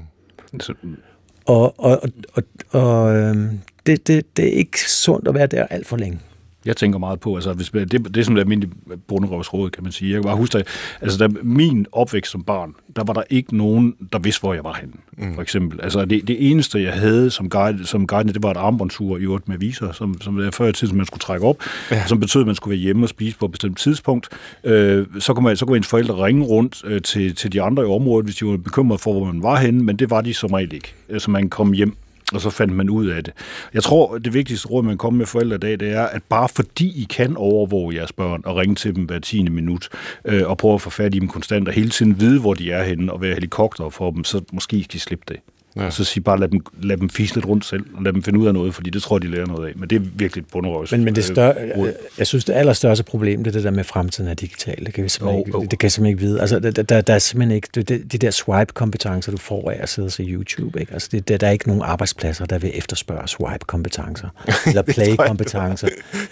Og, og, og, og, og øhm, det, det, det er ikke sundt at være der alt for længe. Jeg tænker meget på, altså hvis det, det er som et almindeligt bonderøvsråd, kan man sige. Jeg kan bare huske, at altså, da min opvækst som barn, der var der ikke nogen, der vidste, hvor jeg var henne, mm. for eksempel. Altså det, det eneste, jeg havde som guide, som guide, det var et armbåndsur i øvrigt med viser, som, som før i tiden, som man skulle trække op, ja. Som betød, at man skulle være hjemme og spise på et bestemt tidspunkt. Øh, så kunne man, så kunne ens forældre ringe rundt øh, til, til de andre i området, hvis de var bekymret for, hvor man var henne, men det var de som regel ikke. Så altså, man kom hjem, og så fandt man ud af det. Jeg tror, det vigtigste råd, man kommer med forældre i dag, det er, at bare fordi I kan overvåge jeres børn og ringe til dem hver tiende minut, øh, og prøve at få fat i dem konstant, og hele tiden vide, hvor de er henne, og være helikopter for dem, så måske skal I slippe det. Ja. Så sig bare, lad dem, lad dem fise lidt rundt selv, og lad dem finde ud af noget, fordi det tror de lærer noget af. Men det er virkelig et bunderøvs. Men, men det større, jeg, jeg synes, det allerstørste problem, det er det der med fremtiden er digital. Det kan vi simpelthen, oh, ikke, oh. Det, det kan jeg simpelthen ikke vide. Altså, der, der, der er simpelthen ikke, det, de der swipe-kompetencer, du får af at sidde og se YouTube, ikke? Altså, det, der, der er ikke nogen arbejdspladser, der vil efterspørge swipe-kompetencer, eller play-kompetencer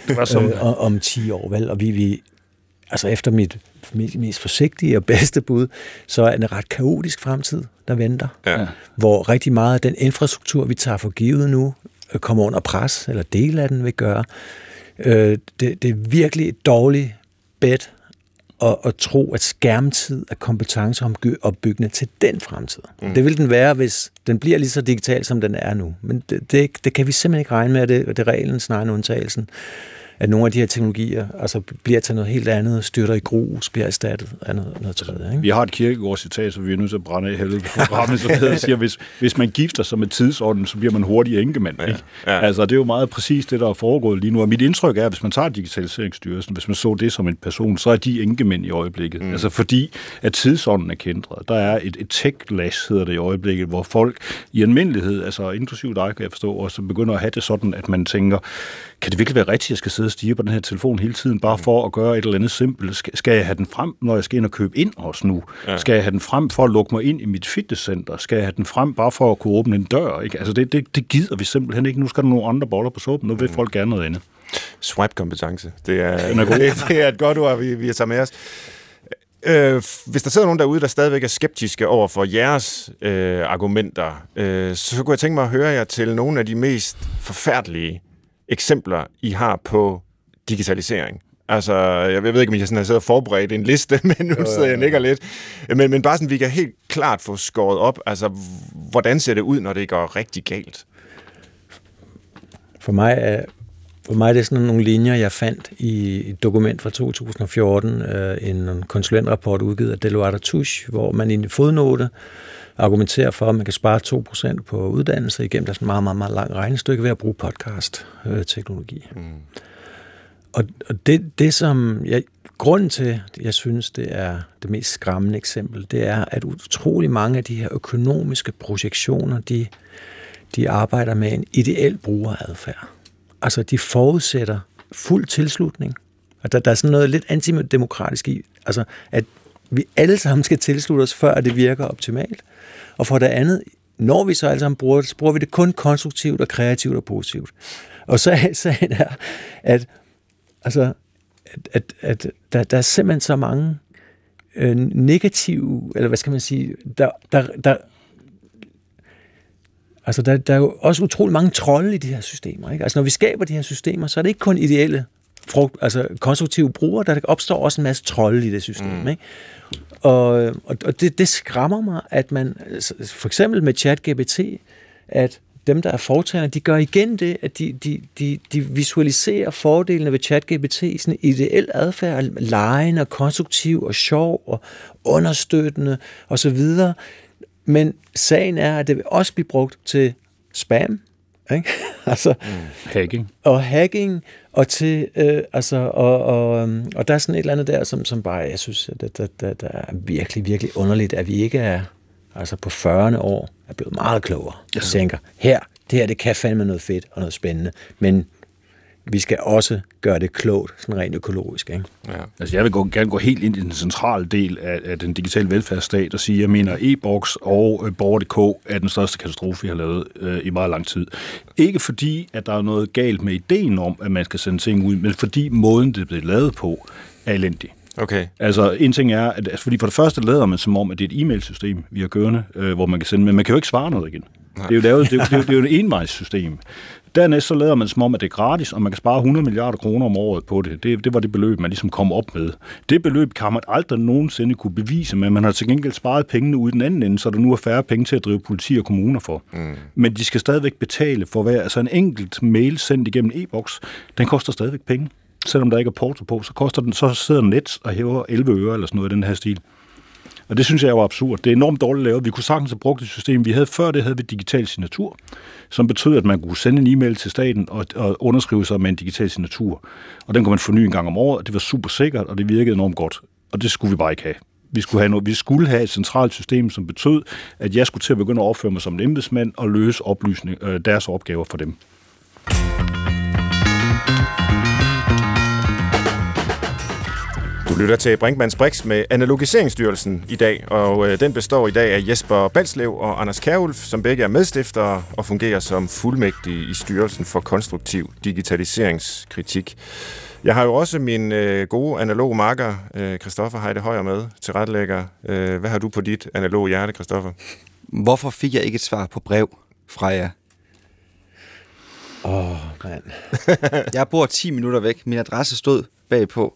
øh, om, om ti år, vel? Og vi, vi altså efter mit mest forsigtige og bedste bud, så er det en ret kaotisk fremtid, der venter. Ja. Hvor rigtig meget af den infrastruktur, vi tager for givet nu, kommer under pres, eller dele af den vil gøre. Det, det er virkelig et dårligt bet at, at tro, at skærmtid er kompetenceopbyggende til den fremtid. Mm. Det vil den være, hvis den bliver lige så digital, som den er nu. Men det, det, det kan vi simpelthen ikke regne med, at det, det er reglen snarere end undtagelsen. At nogle af de her teknologier altså, bliver til noget helt andet, styrter i grus, bliver erstattet af noget, noget tredje. Ikke? Vi har et Kierkegaard-citat, så vi er nødt til at brænde af helvede på programmet, som hedder, siger, hvis, hvis man gifter sig med tidsånden, så bliver man hurtig enkemand. Ikke? Ja, ja. Altså, det er jo meget præcis det, der er foregået lige nu. Og mit indtryk er, at hvis man tager Digitaliseringsstyrelsen, hvis man så det som en person, så er de enkemænd i øjeblikket. Mm. Altså fordi, at tidsånden er kændret. Der er et, et tech-lash, hedder det i øjeblikket, hvor folk i almindelighed, altså inklusiv dig, kan jeg forstå, også begynder at have det sådan, at man tænker, kan det virkelig være rigtigt, at jeg skal sidde og stige på den her telefon hele tiden, bare for at gøre et eller andet simpelt? Skal jeg have den frem, når jeg skal ind og købe ind også nu? Ja. Skal jeg have den frem for at lukke mig ind i mit fitnesscenter? Skal jeg have den frem bare for at kunne åbne en dør? Ikke? Altså det, det, det gider vi simpelthen ikke. Nu skal der nogle andre boller på suppen. Nu vil folk gerne noget andet. Swipe-kompetence. Det er, er det, det er et godt ord, vi, vi har taget med os. Øh, hvis der sidder nogen derude, der stadigvæk er skeptiske over for jeres øh, argumenter, øh, så kunne jeg tænke mig at høre jer til nogle af de mest forfærdelige eksempler, I har på digitalisering. Altså, jeg ved ikke, om jeg sådan har siddet og forberedt en liste, men nu sidder jeg og nikker lidt. Men, men bare sådan, vi kan helt klart få skåret op. Altså, hvordan ser det ud, når det går rigtig galt? For mig er, for mig er det sådan nogle linjer, jeg fandt i et dokument fra to tusind og fjorten, en konsulentrapport udgivet af Deloitte og Touche, hvor man i en fodnote argumenterer for, at man kan spare to procent på uddannelse igennem der sådan meget, meget, meget lang regnestykke ved at bruge podcast-teknologi. Mm. Og, og det, det, som jeg, grunden til, jeg synes, det er det mest skræmmende eksempel, det er, at utrolig mange af de her økonomiske projektioner, de, de arbejder med en ideel brugeradfærd. Altså, de forudsætter fuld tilslutning. Og der, der er sådan noget lidt antidemokratisk i, altså, at vi alle sammen skal tilslutte os, før det virker optimalt. Og for det andet, når vi så alle sammen bruger det, så bruger vi det kun konstruktivt og kreativt og positivt. Og så er sagen er, at, altså, at, at, at der, der er simpelthen så mange øh, negative, eller hvad skal man sige, der, der, der, altså der, der er jo også utrolig mange trolde i de her systemer. Ikke? Altså når vi skaber de her systemer, så er det ikke kun ideelle, frugt, altså konstruktive brugere, der opstår også en masse trolde i det system. Mm. Ikke? Og, og det, det skræmmer mig, at man, for eksempel med ChatGPT, at dem, der er fortalerne, de gør igen det, at de, de, de, de visualiserer fordelene ved ChatGPT i sådan en ideel adfærd, legende og konstruktiv og sjov og understøttende osv. Men sagen er, at det vil også blive brugt til spam, ikke? altså, mm. hacking. Og hacking, og til, øh, altså, og, og, og der er sådan et eller andet der, som, som bare, jeg synes, at der, der, der er virkelig, virkelig underligt, at vi ikke er, altså på fyrrerne år, er blevet meget klogere. Jeg tænker, her, det her, det kan fandme noget fedt og noget spændende, men vi skal også gøre det klogt, sådan rent økologisk. Ikke? Ja. Altså jeg vil gå, gerne gå helt ind i den centrale del af, af den digitale velfærdsstat og sige, at jeg mener, e-boks og øh, borger punktum d k er den største katastrofe, vi har lavet øh, i meget lang tid. Ikke fordi, at der er noget galt med ideen om, at man skal sende ting ud, men fordi måden, det er blevet lavet på, er elendig. Okay. Altså, en ting er, at altså, fordi for det første lader man som om, at det er et e-mailsystem, vi har kørende, øh, hvor man kan sende, men man kan jo ikke svare noget igen. Det er jo lavet, det er, det er, det er jo et envejssystem. Dernæst så lader man som om, at det er gratis, og man kan spare hundrede milliarder kroner om året på det. det. Det var det beløb, man ligesom kom op med. Det beløb kan man aldrig nogensinde kunne bevise, men man har til gengæld sparet pengene ud i den anden ende, så der nu er færre penge til at drive politi og kommuner for. Mm. Men de skal stadigvæk betale for hver, altså en enkelt mail sendt igennem e-boks, den koster stadigvæk penge. Selvom der ikke er porto på, så koster den, så sidder Nets og hæver elleve øre eller sådan noget i den her stil. Og det synes jeg var absurd. Det er enormt dårligt lavet. Vi kunne sagtens have brugt et system. Vi havde før det havde vi digital signatur, som betød, at man kunne sende en e-mail til staten og, og underskrive sig med en digital signatur. Og den kunne man forny en gang om året, og det var super sikkert, og det virkede enormt godt. Og det skulle vi bare ikke have. Vi skulle have, noget, vi skulle have et centralt system, som betød, at jeg skulle til at begynde at opføre mig som en embedsmand og løse oplysning, øh, deres opgaver for dem. Du lytter til Brinkmanns Brix med Analogiseringsstyrelsen i dag, og øh, den består i dag af Jesper Balslev og Anders Kjærulf, som begge er medstiftere og fungerer som fuldmægtige i Styrelsen for Konstruktiv Digitaliseringskritik. Jeg har jo også min øh, gode analoge makker, øh, Christoffer Heide Højer, med til retlægger. Øh, hvad har du på dit analoge hjerte, Christoffer? Hvorfor fik jeg ikke et svar på brev fra jer? Åh, oh, mand. Jeg bor ti minutter væk. Min adresse stod bagpå.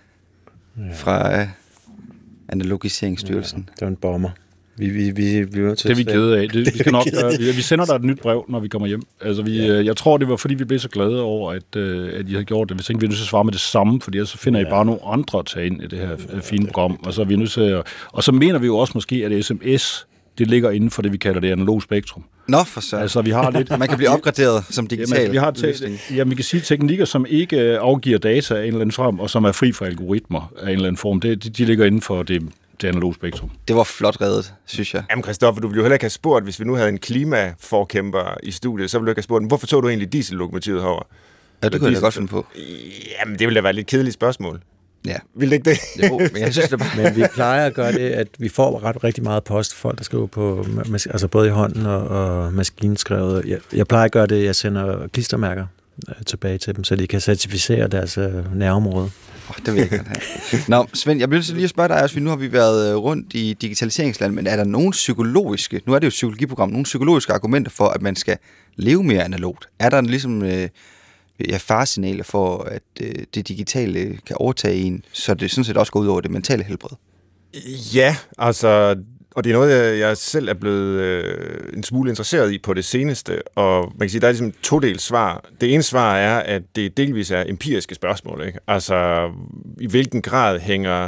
Ja. Fra uh, Analogiseringsstyrelsen. Ja, det var en bomber. Vi, vi, vi bliver til det er vi kede af. Det, vi, skal nok, uh, vi, vi sender dig et nyt brev, når vi kommer hjem. Altså, vi, ja. uh, jeg tror, det var, fordi vi blev så glade over, at, uh, at I havde gjort det. Vi tænkte, vi er nødt til at svare med det samme, fordi så finder ja. I bare nogle andre at tage ind i det her ja, fine program. Og så, er vi nødt til at, og så mener vi jo også måske, at sms, det ligger inden for det, vi kalder det analog spektrum. Nå, for så. Altså, vi har lidt... Man kan blive opgraderet som digital ja, vi har te- ja, vi kan sige teknikker, som ikke afgiver data af en eller anden form, og som er fri for algoritmer af en eller anden form. Det, de, de ligger inden for det, det analoge spektrum. Det var flot reddet, synes jeg. Jamen, Christoffer, du ville jo heller ikke have spurgt, hvis vi nu havde en klimaforkæmper i studiet, så ville du ikke have spurgt, hvorfor tog du egentlig diesellokomotivet herover? Ja, det kunne jeg da godt finde på. Jamen, det ville da være et lidt kedeligt spørgsmål. Ja. Vil det ikke det? Jo, men jeg synes det bare... Men vi plejer at gøre det, at vi får ret rigtig meget post, folk der skriver på, altså både i hånden og, og maskinskrevet. Jeg, jeg plejer at gøre det, jeg sender klistermærker tilbage til dem, så de kan certificere deres uh, nærområde. Oh, det vil jeg gerne have. Nå, Svend, jeg bliver lige at spørge dig også, nu har vi været rundt i digitaliseringsland, men er der nogle psykologiske, nu er det jo et psykologiprogram, nogle psykologiske argumenter for, at man skal leve mere analogt? Er der ligesom... Øh, ja, faresignaler for, at øh, det digitale kan overtage en, så det sådan set også går ud over det mentale helbred? Ja, altså, og det er noget, jeg selv er blevet øh, en smule interesseret i på det seneste, og man kan sige, der er ligesom et todelt svar. Det ene svar er, at det delvis er empiriske spørgsmål, ikke? Altså, i hvilken grad hænger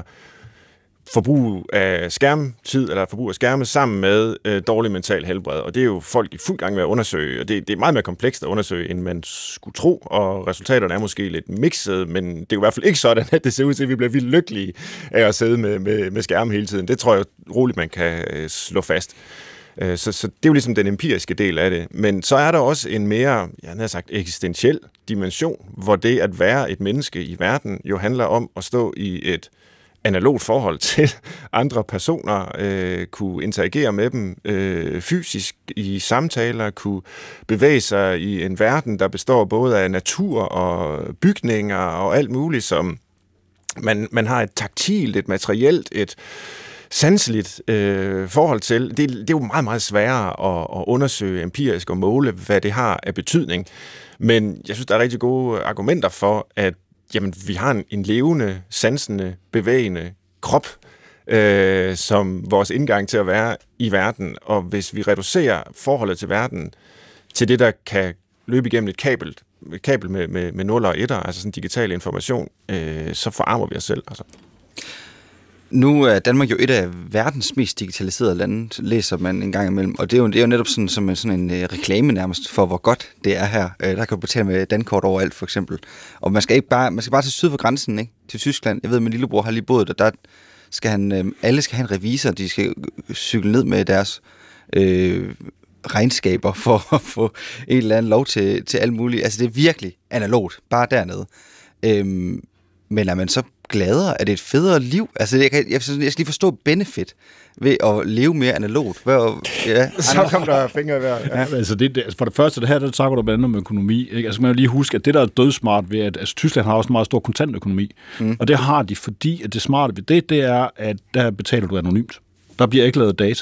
forbrug af skærmtid eller forbrug af skærme sammen med øh, dårlig mental helbred. Og det er jo folk i fuld gang med at undersøge, og det, det er meget mere komplekst at undersøge, end man skulle tro, og resultaterne er måske lidt mixede, men det er jo i hvert fald ikke sådan, at det ser ud til, at vi bliver vildt lykkelige af at sidde med, med, med skærme hele tiden. Det tror jeg roligt, man kan øh, slå fast. Øh, så, så det er jo ligesom den empiriske del af det. Men så er der også en mere, jeg har sagt, eksistentiel dimension, hvor det at være et menneske i verden jo handler om at stå i et analogt forhold til andre personer, øh, kunne interagere med dem øh, fysisk i samtaler, kunne bevæge sig i en verden, der består både af natur og bygninger og alt muligt, som man, man har et taktilt, et materielt, et sanseligt øh, forhold til. Det, det er jo meget, meget sværere at, at undersøge empirisk og måle, hvad det har af betydning. Men jeg synes, der er rigtig gode argumenter for, at jamen, vi har en, en levende, sansende, bevægende krop, øh, som vores indgang til at være i verden. Og hvis vi reducerer forholdet til verden til det, der kan løbe igennem et kabel, et kabel med, med, med nuller og etter, altså sådan digital information, øh, så forarmer vi os selv. Altså. Nu er Danmark jo et af verdens mest digitaliserede lande, læser man en gang imellem, og det er jo, det er jo netop sådan, som en, sådan en uh, reklame nærmest for, hvor godt det er her. Uh, der kan du betale med dankort overalt, for eksempel. Og man skal ikke bare, man skal bare til syd for grænsen, ikke? Til Tyskland. Jeg ved, min lillebror har lige boet der, der skal han, uh, alle skal have en revisor, de skal cykle ned med deres uh, regnskaber for at få en eller anden lov til, til alt muligt. Altså, det er virkelig analogt, bare dernede. Uh, men er man så gladere? Er det et federe liv? Altså, jeg, jeg, jeg, jeg skal lige forstå benefit ved at leve mere analogt. Hvor, ja, så kom der fingre i vejret. Ja. Ja, altså det, det, for det første, det her, der takker du blandt andet om økonomi. Ikke? Altså, man jo lige huske, at det, der er dødsmart ved, at altså, Tyskland har også en meget stor kontantøkonomi. Mm. Og det har de, fordi at det smarte ved det, det er, at der betaler du anonymt. Der bliver ikke lavet data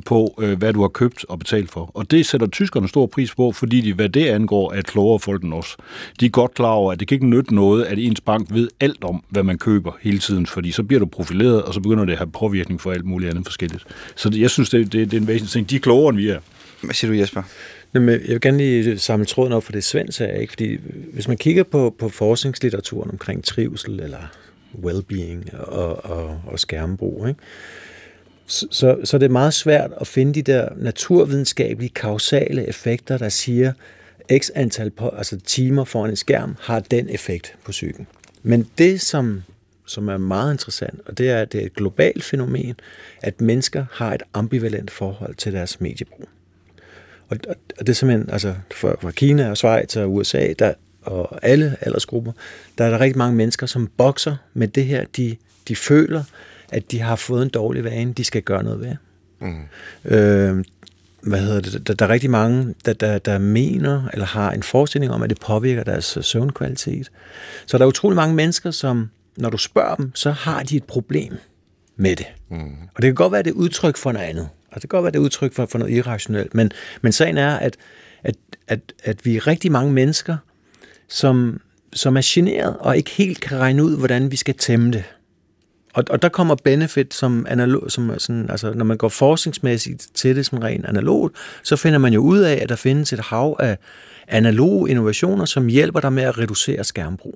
på, øh, hvad du har købt og betalt for. Og det sætter tyskerne stor pris på, fordi de, hvad det angår, er klogere folk end os. De er godt klar over, at det kan ikke nytte noget, at ens bank ved alt om, hvad man køber hele tiden, fordi så bliver du profileret, og så begynder det at have påvirkning for alt muligt andet forskelligt. Så jeg synes, det, det, det er en væsentlig ting. De er klogere, end vi er. Hvad siger du, Jesper? Jamen, jeg vil gerne lige samle tråden op for det Svend sagde, ikke? Fordi hvis man kigger på, på forskningslitteraturen omkring trivsel eller well-being og, og, og skærmbrug, ikke? Så, så, så er det meget svært at finde de der naturvidenskabelige kausale effekter, der siger, x antal på, altså timer foran en skærm har den effekt på psyken. Men det, som, som er meget interessant, og det er, at det er et globalt fænomen, at mennesker har et ambivalent forhold til deres mediebrug. Og, og, og det er simpelthen, altså fra, fra Kina og Schweiz og U S A, der, og alle aldersgrupper, der er der rigtig mange mennesker, som bokser med det her, de, de føler, at de har fået en dårlig vane, de skal gøre noget ved. Mm. Øh, hvad hedder det? Der, der er rigtig mange, der, der, der mener, eller har en forestilling om, at det påvirker deres søvnkvalitet. Så der er utrolig mange mennesker, som, når du spørger dem, så har de et problem med det. Mm. Og det kan godt være, at det er udtryk for noget andet. Og det kan godt være, at det er udtryk for, for noget irrationelt. Men, men sagen er, at, at, at, at vi er rigtig mange mennesker, som, som er generet og ikke helt kan regne ud, hvordan vi skal tæmme det. Og, og der kommer benefit som analog, som sådan, altså når man går forskningsmæssigt til det som rent analogt, så finder man jo ud af, at der findes et hav af analoge innovationer, som hjælper dig med at reducere skærmbrug.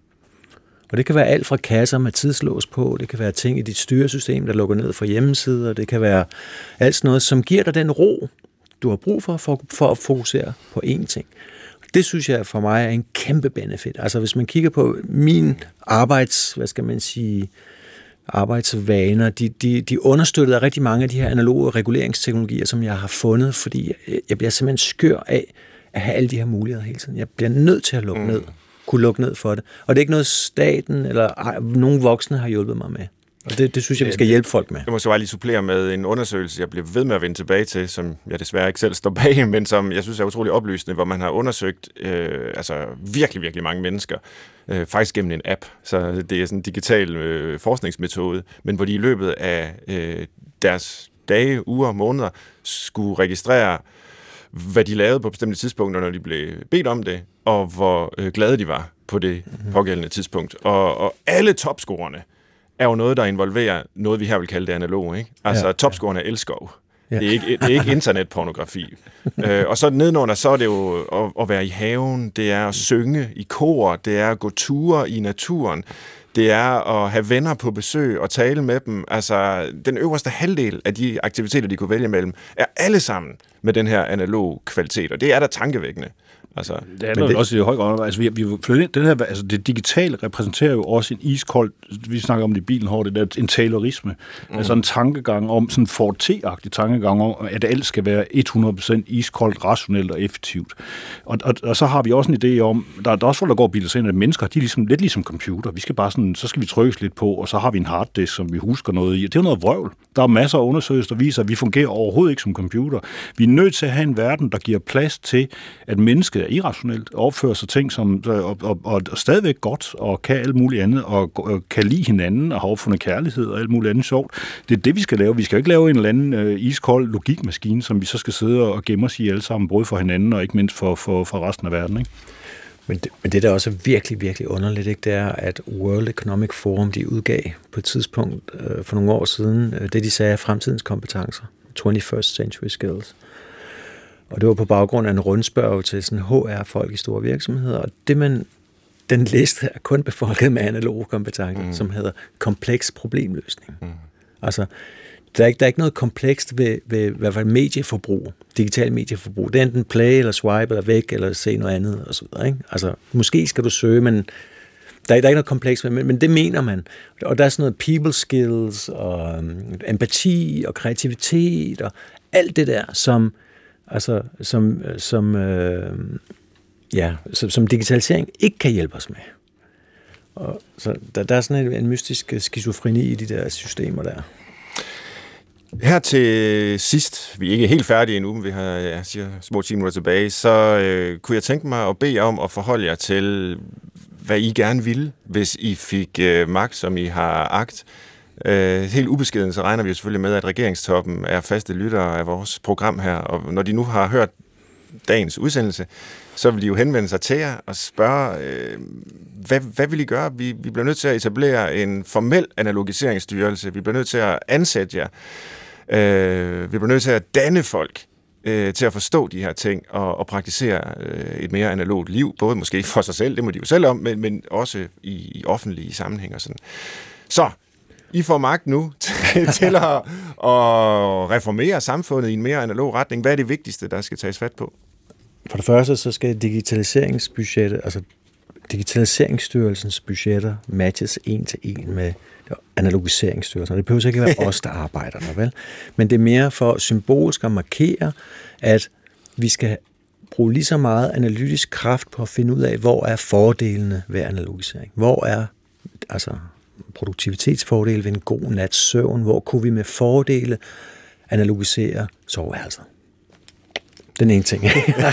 Og det kan være alt fra kasser med tidslås på, det kan være ting i dit styresystem, der lukker ned for hjemmesider, det kan være alt sådan noget, som giver dig den ro, du har brug for, for, for at fokusere på én ting. Det synes jeg for mig er en kæmpe benefit. Altså hvis man kigger på min arbejds, hvad skal man sige, arbejdsvaner, de, de, de understøttede rigtig mange af de her analoge reguleringsteknologier, som jeg har fundet, fordi jeg bliver simpelthen skør af at have alle de her muligheder hele tiden. Jeg bliver nødt til at lukke mm. ned, kunne lukke ned for det. Og det er ikke noget, staten eller ej, nogen voksne har hjulpet mig med. Og det, det synes jeg, vi skal hjælpe folk med. Jeg må så bare lige supplere med en undersøgelse, jeg bliver ved med at vende tilbage til, som jeg desværre ikke selv står bag, men som jeg synes er utrolig oplysende, hvor man har undersøgt øh, altså virkelig, virkelig mange mennesker, øh, faktisk gennem en app. Så det er sådan en digital øh, forskningsmetode, men hvor de i løbet af øh, deres dage, uger, måneder skulle registrere, hvad de lavede på bestemte tidspunkter, når de blev bedt om det, og hvor øh, glade de var på det mm-hmm. pågældende tidspunkt. Og, og alle topscorerne er jo noget, der involverer noget, vi her vil kalde det analog, ikke? Altså, ja, topscorerne ja. elsker jo. Ja. Det er ikke, det er ikke internetpornografi. øh, og så nedenunder, så er det jo at, at være i haven, det er at synge i kor, det er at gå ture i naturen, det er at have venner på besøg og tale med dem. Altså, den øverste halvdel af de aktiviteter, de kunne vælge mellem, er alle sammen med den her analog kvalitet, og det er da tankevækkende. Altså, det er det også i høj grad. Altså, vi, vi, den her, altså, det digitale repræsenterer jo også en iskold, vi snakker om det i bilen hårdt, det der en taylorisme. Mm. Altså en tankegang om, sådan en Ford-T-agtig tankegang om, at alt skal være hundrede procent iskoldt, rationelt og effektivt. Og, og, og så har vi også en idé om, der, der er også folk, der går og bilder sig ind, at mennesker, de er ligesom, lidt ligesom computer. Vi skal bare sådan, så skal vi trykkes lidt på, og så har vi en harddisk, som vi husker noget i. Det er jo noget vrøvl. Der er masser af undersøgelser, der viser, at vi fungerer overhovedet ikke som computer. Vi er nødt til at have en verden, der giver plads til, at mennesket er irrationelt, opfører sig ting som og, og, og, og stadigvæk godt, og kan alt muligt andet, og, og kan lide hinanden, og har opfundet kærlighed og alt muligt andet sjovt. Det er det, vi skal lave. Vi skal ikke lave en eller anden øh, iskold logikmaskine, som vi så skal sidde og gemme os i alle sammen, både for hinanden og ikke mindst for, for, for resten af verden, ikke? Men det, men det, der også er virkelig, virkelig underligt, ikke, det er, at World Economic Forum, de udgav på et tidspunkt øh, for nogle år siden, øh, det de sagde er fremtidens kompetencer, twenty-first century skills. Og det var på baggrund af en rundspørg til sådan H R-folk i store virksomheder, og det man, den liste er kun befolket med analoge kompetencer, mm. som hedder kompleks problemløsning. Mm. Altså, der er, ikke, der er ikke noget komplekst ved, ved i hvert fald medieforbrug, digital medieforbrug. Det er enten play, eller swipe, eller væk, eller se noget andet, og så videre, ikke? Altså, måske skal du søge, men der er, der er ikke noget komplekst, men, men det mener man. Og der er sådan noget people skills, og um, empati, og kreativitet, og alt det der, som Altså, som, som, øh, ja, som, som digitalisering ikke kan hjælpe os med. Og, så der, der er sådan en, en mystisk skizofreni i de der systemer der. Her til sidst, vi er ikke helt færdige endnu, men vi har jeg siger, små ti minutter tilbage, så øh, kunne jeg tænke mig at bede om at forholde jer til, hvad I gerne ville, hvis I fik øh, magt, som I har agt, Øh, helt ubeskeden, så regner vi jo selvfølgelig med, at regeringstoppen er faste lyttere af vores program her, og når de nu har hørt dagens udsendelse, så vil de jo henvende sig til jer og spørge, øh, hvad, hvad vil I gøre? Vi, vi bliver nødt til at etablere en formel analogiseringsstyrelse, vi bliver nødt til at ansætte jer, øh, vi bliver nødt til at danne folk øh, til at forstå de her ting og, og praktisere øh, et mere analogt liv, både måske for sig selv, det må de jo selv om, men, men også i, i offentlige sammenhæng og sådan. Så I får magt nu til, til at, at reformere samfundet i en mere analog retning. Hvad er det vigtigste, der skal tages fat på? For det første, så skal digitaliseringsbudgettet, altså Digitaliseringsstyrelsens budgetter matches en til en med analogiseringsstyrelsen. Det behøver ikke være os, der arbejder der, vel? Men det er mere for symbolsk at markere, at vi skal bruge lige så meget analytisk kraft på at finde ud af, hvor er fordelene ved analogisering. Hvor er altså produktivitetsfordele ved en god nats søvn? Hvor kunne vi med fordele analogisere soveværelset? Den ene ting.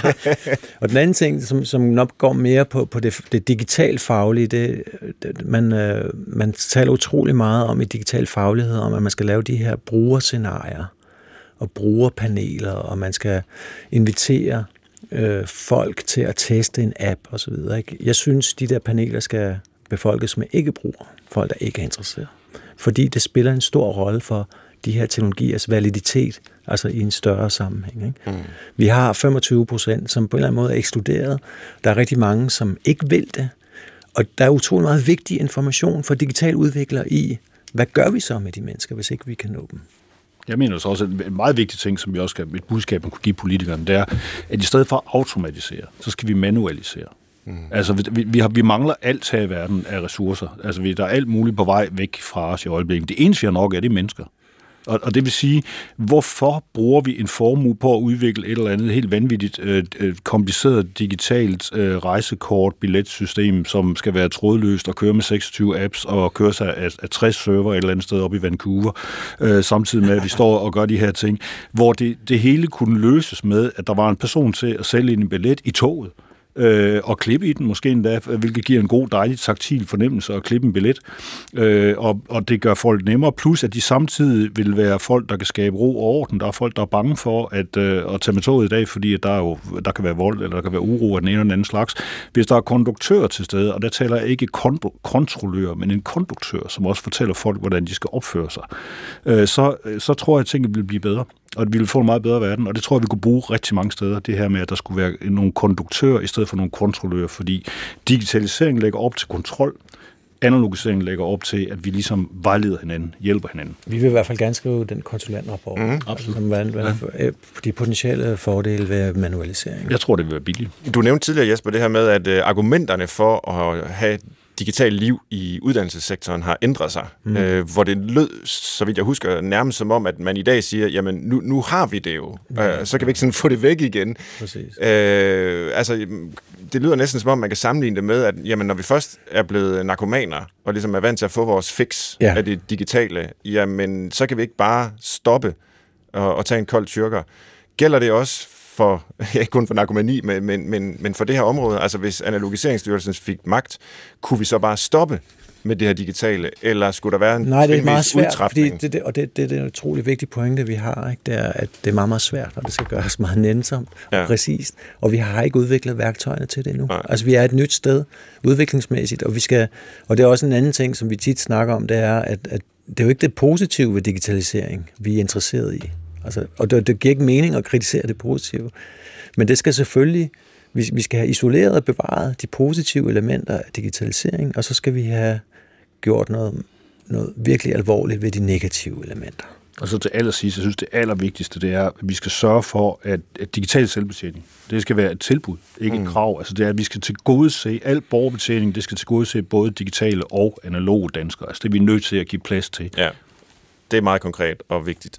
Og den anden ting, som, som nok går mere på, på det, det digitalt faglige, det, det, man, øh, man taler utrolig meget om i digital faglighed, om at man skal lave de her brugerscenarier og brugerpaneler, og man skal invitere øh, folk til at teste en app osv. Jeg synes, de der paneler skal befolkes med ikke-brugere, folk der ikke er interesseret. Fordi det spiller en stor rolle for de her teknologiers validitet, altså i en større sammenhæng. Ikke? Mm. Vi har femogtyve procent, som på en eller anden måde er ekskluderet. Der er rigtig mange, som ikke vil det. Og der er utrolig meget vigtig information for digital udviklere i, hvad gør vi så med de mennesker, hvis ikke vi kan nå dem? Jeg mener så også, at en meget vigtig ting, som vi også skal, et budskab, man kunne give politikerne, det er, at i stedet for at automatisere, så skal vi manualisere. Mm. Altså, vi, vi, har, vi mangler alt her i verden af ressourcer. Altså, vi, der er alt muligt på vej væk fra os i øjeblikket. Det eneste, vi har nok, er det mennesker. Og, og det vil sige, hvorfor bruger vi en formue på at udvikle et eller andet helt vanvittigt øh, kompliceret digitalt øh, rejsekort, billetsystem, som skal være trådløst og køre med seksogtyve apps og køre sig af, af tres server et eller andet sted op i Vancouver, øh, samtidig med, at vi står og gør de her ting, hvor det, det hele kunne løses med, at der var en person til at sælge en billet i toget, Øh, og klippe i den måske endda, hvilket giver en god, dejlig taktil fornemmelse at klippe en billet. Øh, og, og det gør folk nemmere, plus at de samtidig vil være folk, der kan skabe ro og orden. Der er folk, der er bange for at, øh, at tage med toget i dag, fordi at der, er jo, der kan være vold, eller der kan være uro af den ene eller den anden slags. Hvis der er konduktører til stede, og der taler jeg ikke kont- kontrollør, men en konduktør, som også fortæller folk, hvordan de skal opføre sig, øh, så, så tror jeg, at tingene vil blive bedre. Og vi vil få en meget bedre verden, og det tror jeg, vi kunne bruge rigtig mange steder, det her med, at der skulle være nogle konduktører i stedet for nogle kontrollører, fordi digitalisering lægger op til kontrol, analogisering lægger op til, at vi ligesom vejleder hinanden, hjælper hinanden. Vi vil i hvert fald gerne skrive den konsulentrapport, mm, absolut. Som hvad, hvad, ja. De potentielle fordele ved manualisering. Jeg tror, det vil være billigt. Du nævnte tidligere, Jesper, det her med, at argumenterne for at have digitalt liv i uddannelsessektoren har ændret sig, mm. øh, hvor det lød, så vidt jeg husker, nærmest som om, at man i dag siger, jamen nu, nu har vi det jo, ja, øh, så kan vi ikke sådan få det væk igen. Præcis. Øh, altså, det lyder næsten som om, man kan sammenligne det med, at jamen, når vi først er blevet narkomaner, og ligesom er vant til at få vores fix ja. af det digitale, jamen så kan vi ikke bare stoppe og, og tage en kold tyrker. Gælder det også for, ja, ikke kun for narkomani, men, men, men, men for det her område, altså hvis Analogiseringsstyrelsen fik magt, kunne vi så bare stoppe med det her digitale, eller skulle der være en Nej, det er meget svært, fordi det, det, og det, det, det er en utrolig vigtig pointe, vi har, ikke? Det er, at det er meget, meget svært, og det skal gøres meget nænsomt og ja. præcist, og vi har ikke udviklet værktøjerne til det endnu. Nej. Altså, vi er et nyt sted udviklingsmæssigt, og vi skal, og det er også en anden ting, som vi tit snakker om, det er, at, at det er jo ikke det positive ved digitalisering, vi er interesseret i. Altså, og det, det giver ikke mening at kritisere det positive. Men det skal selvfølgelig, vi, vi skal have isoleret og bevaret de positive elementer af digitalisering, og så skal vi have gjort noget, noget virkelig alvorligt ved de negative elementer. Og så til allersidst, jeg synes det allervigtigste, det er, at vi skal sørge for, at, at digital selvbetjening, det skal være et tilbud, ikke mm. et krav. Altså det er, at vi skal tilgodese, al borgerbetjening, det skal tilgodese både digitale og analoge danskere. Altså det er vi nødt til at give plads til. Ja, det er meget konkret og vigtigt.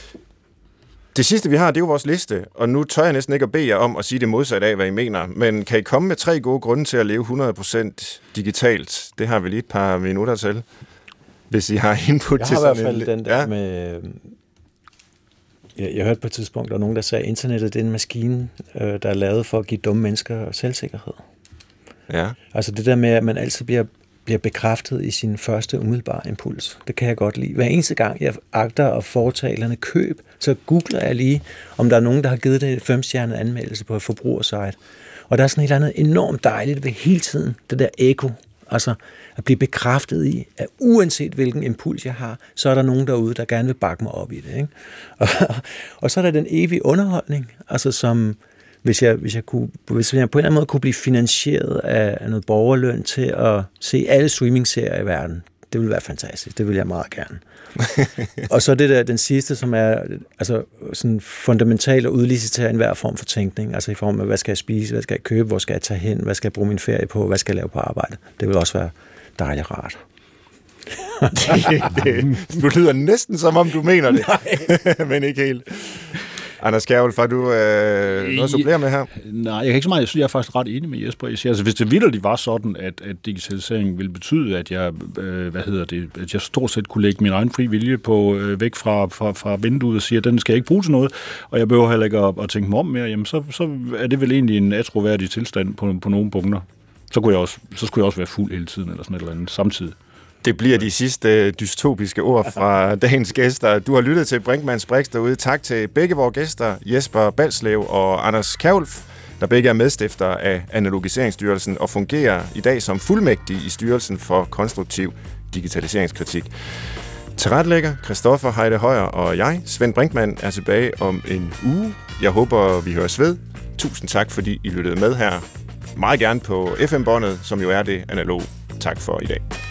Det sidste, vi har, det er jo vores liste, og nu tør jeg næsten ikke at bede jer om at sige det modsatte af, hvad I mener, men kan I komme med tre gode grunde til at leve hundrede procent digitalt? Det har vi lige et par minutter til, hvis I har input til sådan en... Jeg har i hvert fald den der ja. med... Jeg, jeg hørte på et tidspunkt, der var nogen, der sagde, at internettet det er en maskine, der er lavet for at give dumme mennesker selvsikkerhed. Ja. Altså det der med, at man altid bliver bliver bekræftet i sin første umiddelbare impuls. Det kan jeg godt lide. Hver eneste gang, jeg agter at foretage et eller andet køb, så googler jeg lige, om der er nogen, der har givet det et femstjernet anmeldelse på et forbrugersite. Og der er sådan et eller andet enormt dejligt ved hele tiden, det der eko. Altså at blive bekræftet i, at uanset hvilken impuls jeg har, så er der nogen derude, der gerne vil bakke mig op i det. Ikke? Og, og så er der den evige underholdning, altså som hvis jeg, hvis jeg, kunne, hvis jeg på en eller anden måde kunne blive finansieret af, af noget borgerløn til at se alle streaming-serier i verden. Det ville være fantastisk. Det vil jeg meget gerne. Og så det der, den sidste, som er altså, sådan fundamentalt at udlicitere enhver form for tænkning. Altså i form af, hvad skal jeg spise, hvad skal jeg købe, hvor skal jeg tage hen, hvad skal jeg bruge min ferie på, hvad skal jeg lave på arbejde. Det vil også være dejligt rart. Du lyder næsten som om, du mener det. Men ikke helt. Anders Kjærulf, har du øh, noget at supplere med her? Nej, jeg kan ikke så meget. Jeg synes, jeg er faktisk ret enig med Jesper. Jeg siger, altså, hvis det vitterligt var sådan, at, at digitalisering ville betyde, at jeg, øh, hvad hedder det, at jeg stort set kunne lægge min egen fri vilje på, øh, væk fra, fra, fra vinduet og sige, at den skal jeg ikke bruge til noget, og jeg behøver heller ikke at, at tænke mig om mere, jamen så, så er det vel egentlig en atroværdig tilstand på, på nogle punkter. Så, kunne jeg også, så skulle jeg også være fuld hele tiden, eller sådan et eller andet samtidig. Det bliver de sidste dystopiske ord fra dagens gæster. Du har lyttet til Brinkmanns Brix derude. Tak til begge vores gæster, Jesper Balslev og Anders Kjærulf, der begge er medstifter af Analogiseringsstyrelsen og fungerer i dag som fuldmægtig i Styrelsen for Konstruktiv Digitaliseringskritik. Tilrettelægger Christoffer Heide Højer og jeg, Svend Brinkmann, er tilbage om en uge. Jeg håber, vi høres ved. Tusind tak, fordi I lyttede med her. Meget gerne på F M-båndet, som jo er det analog. Tak for i dag.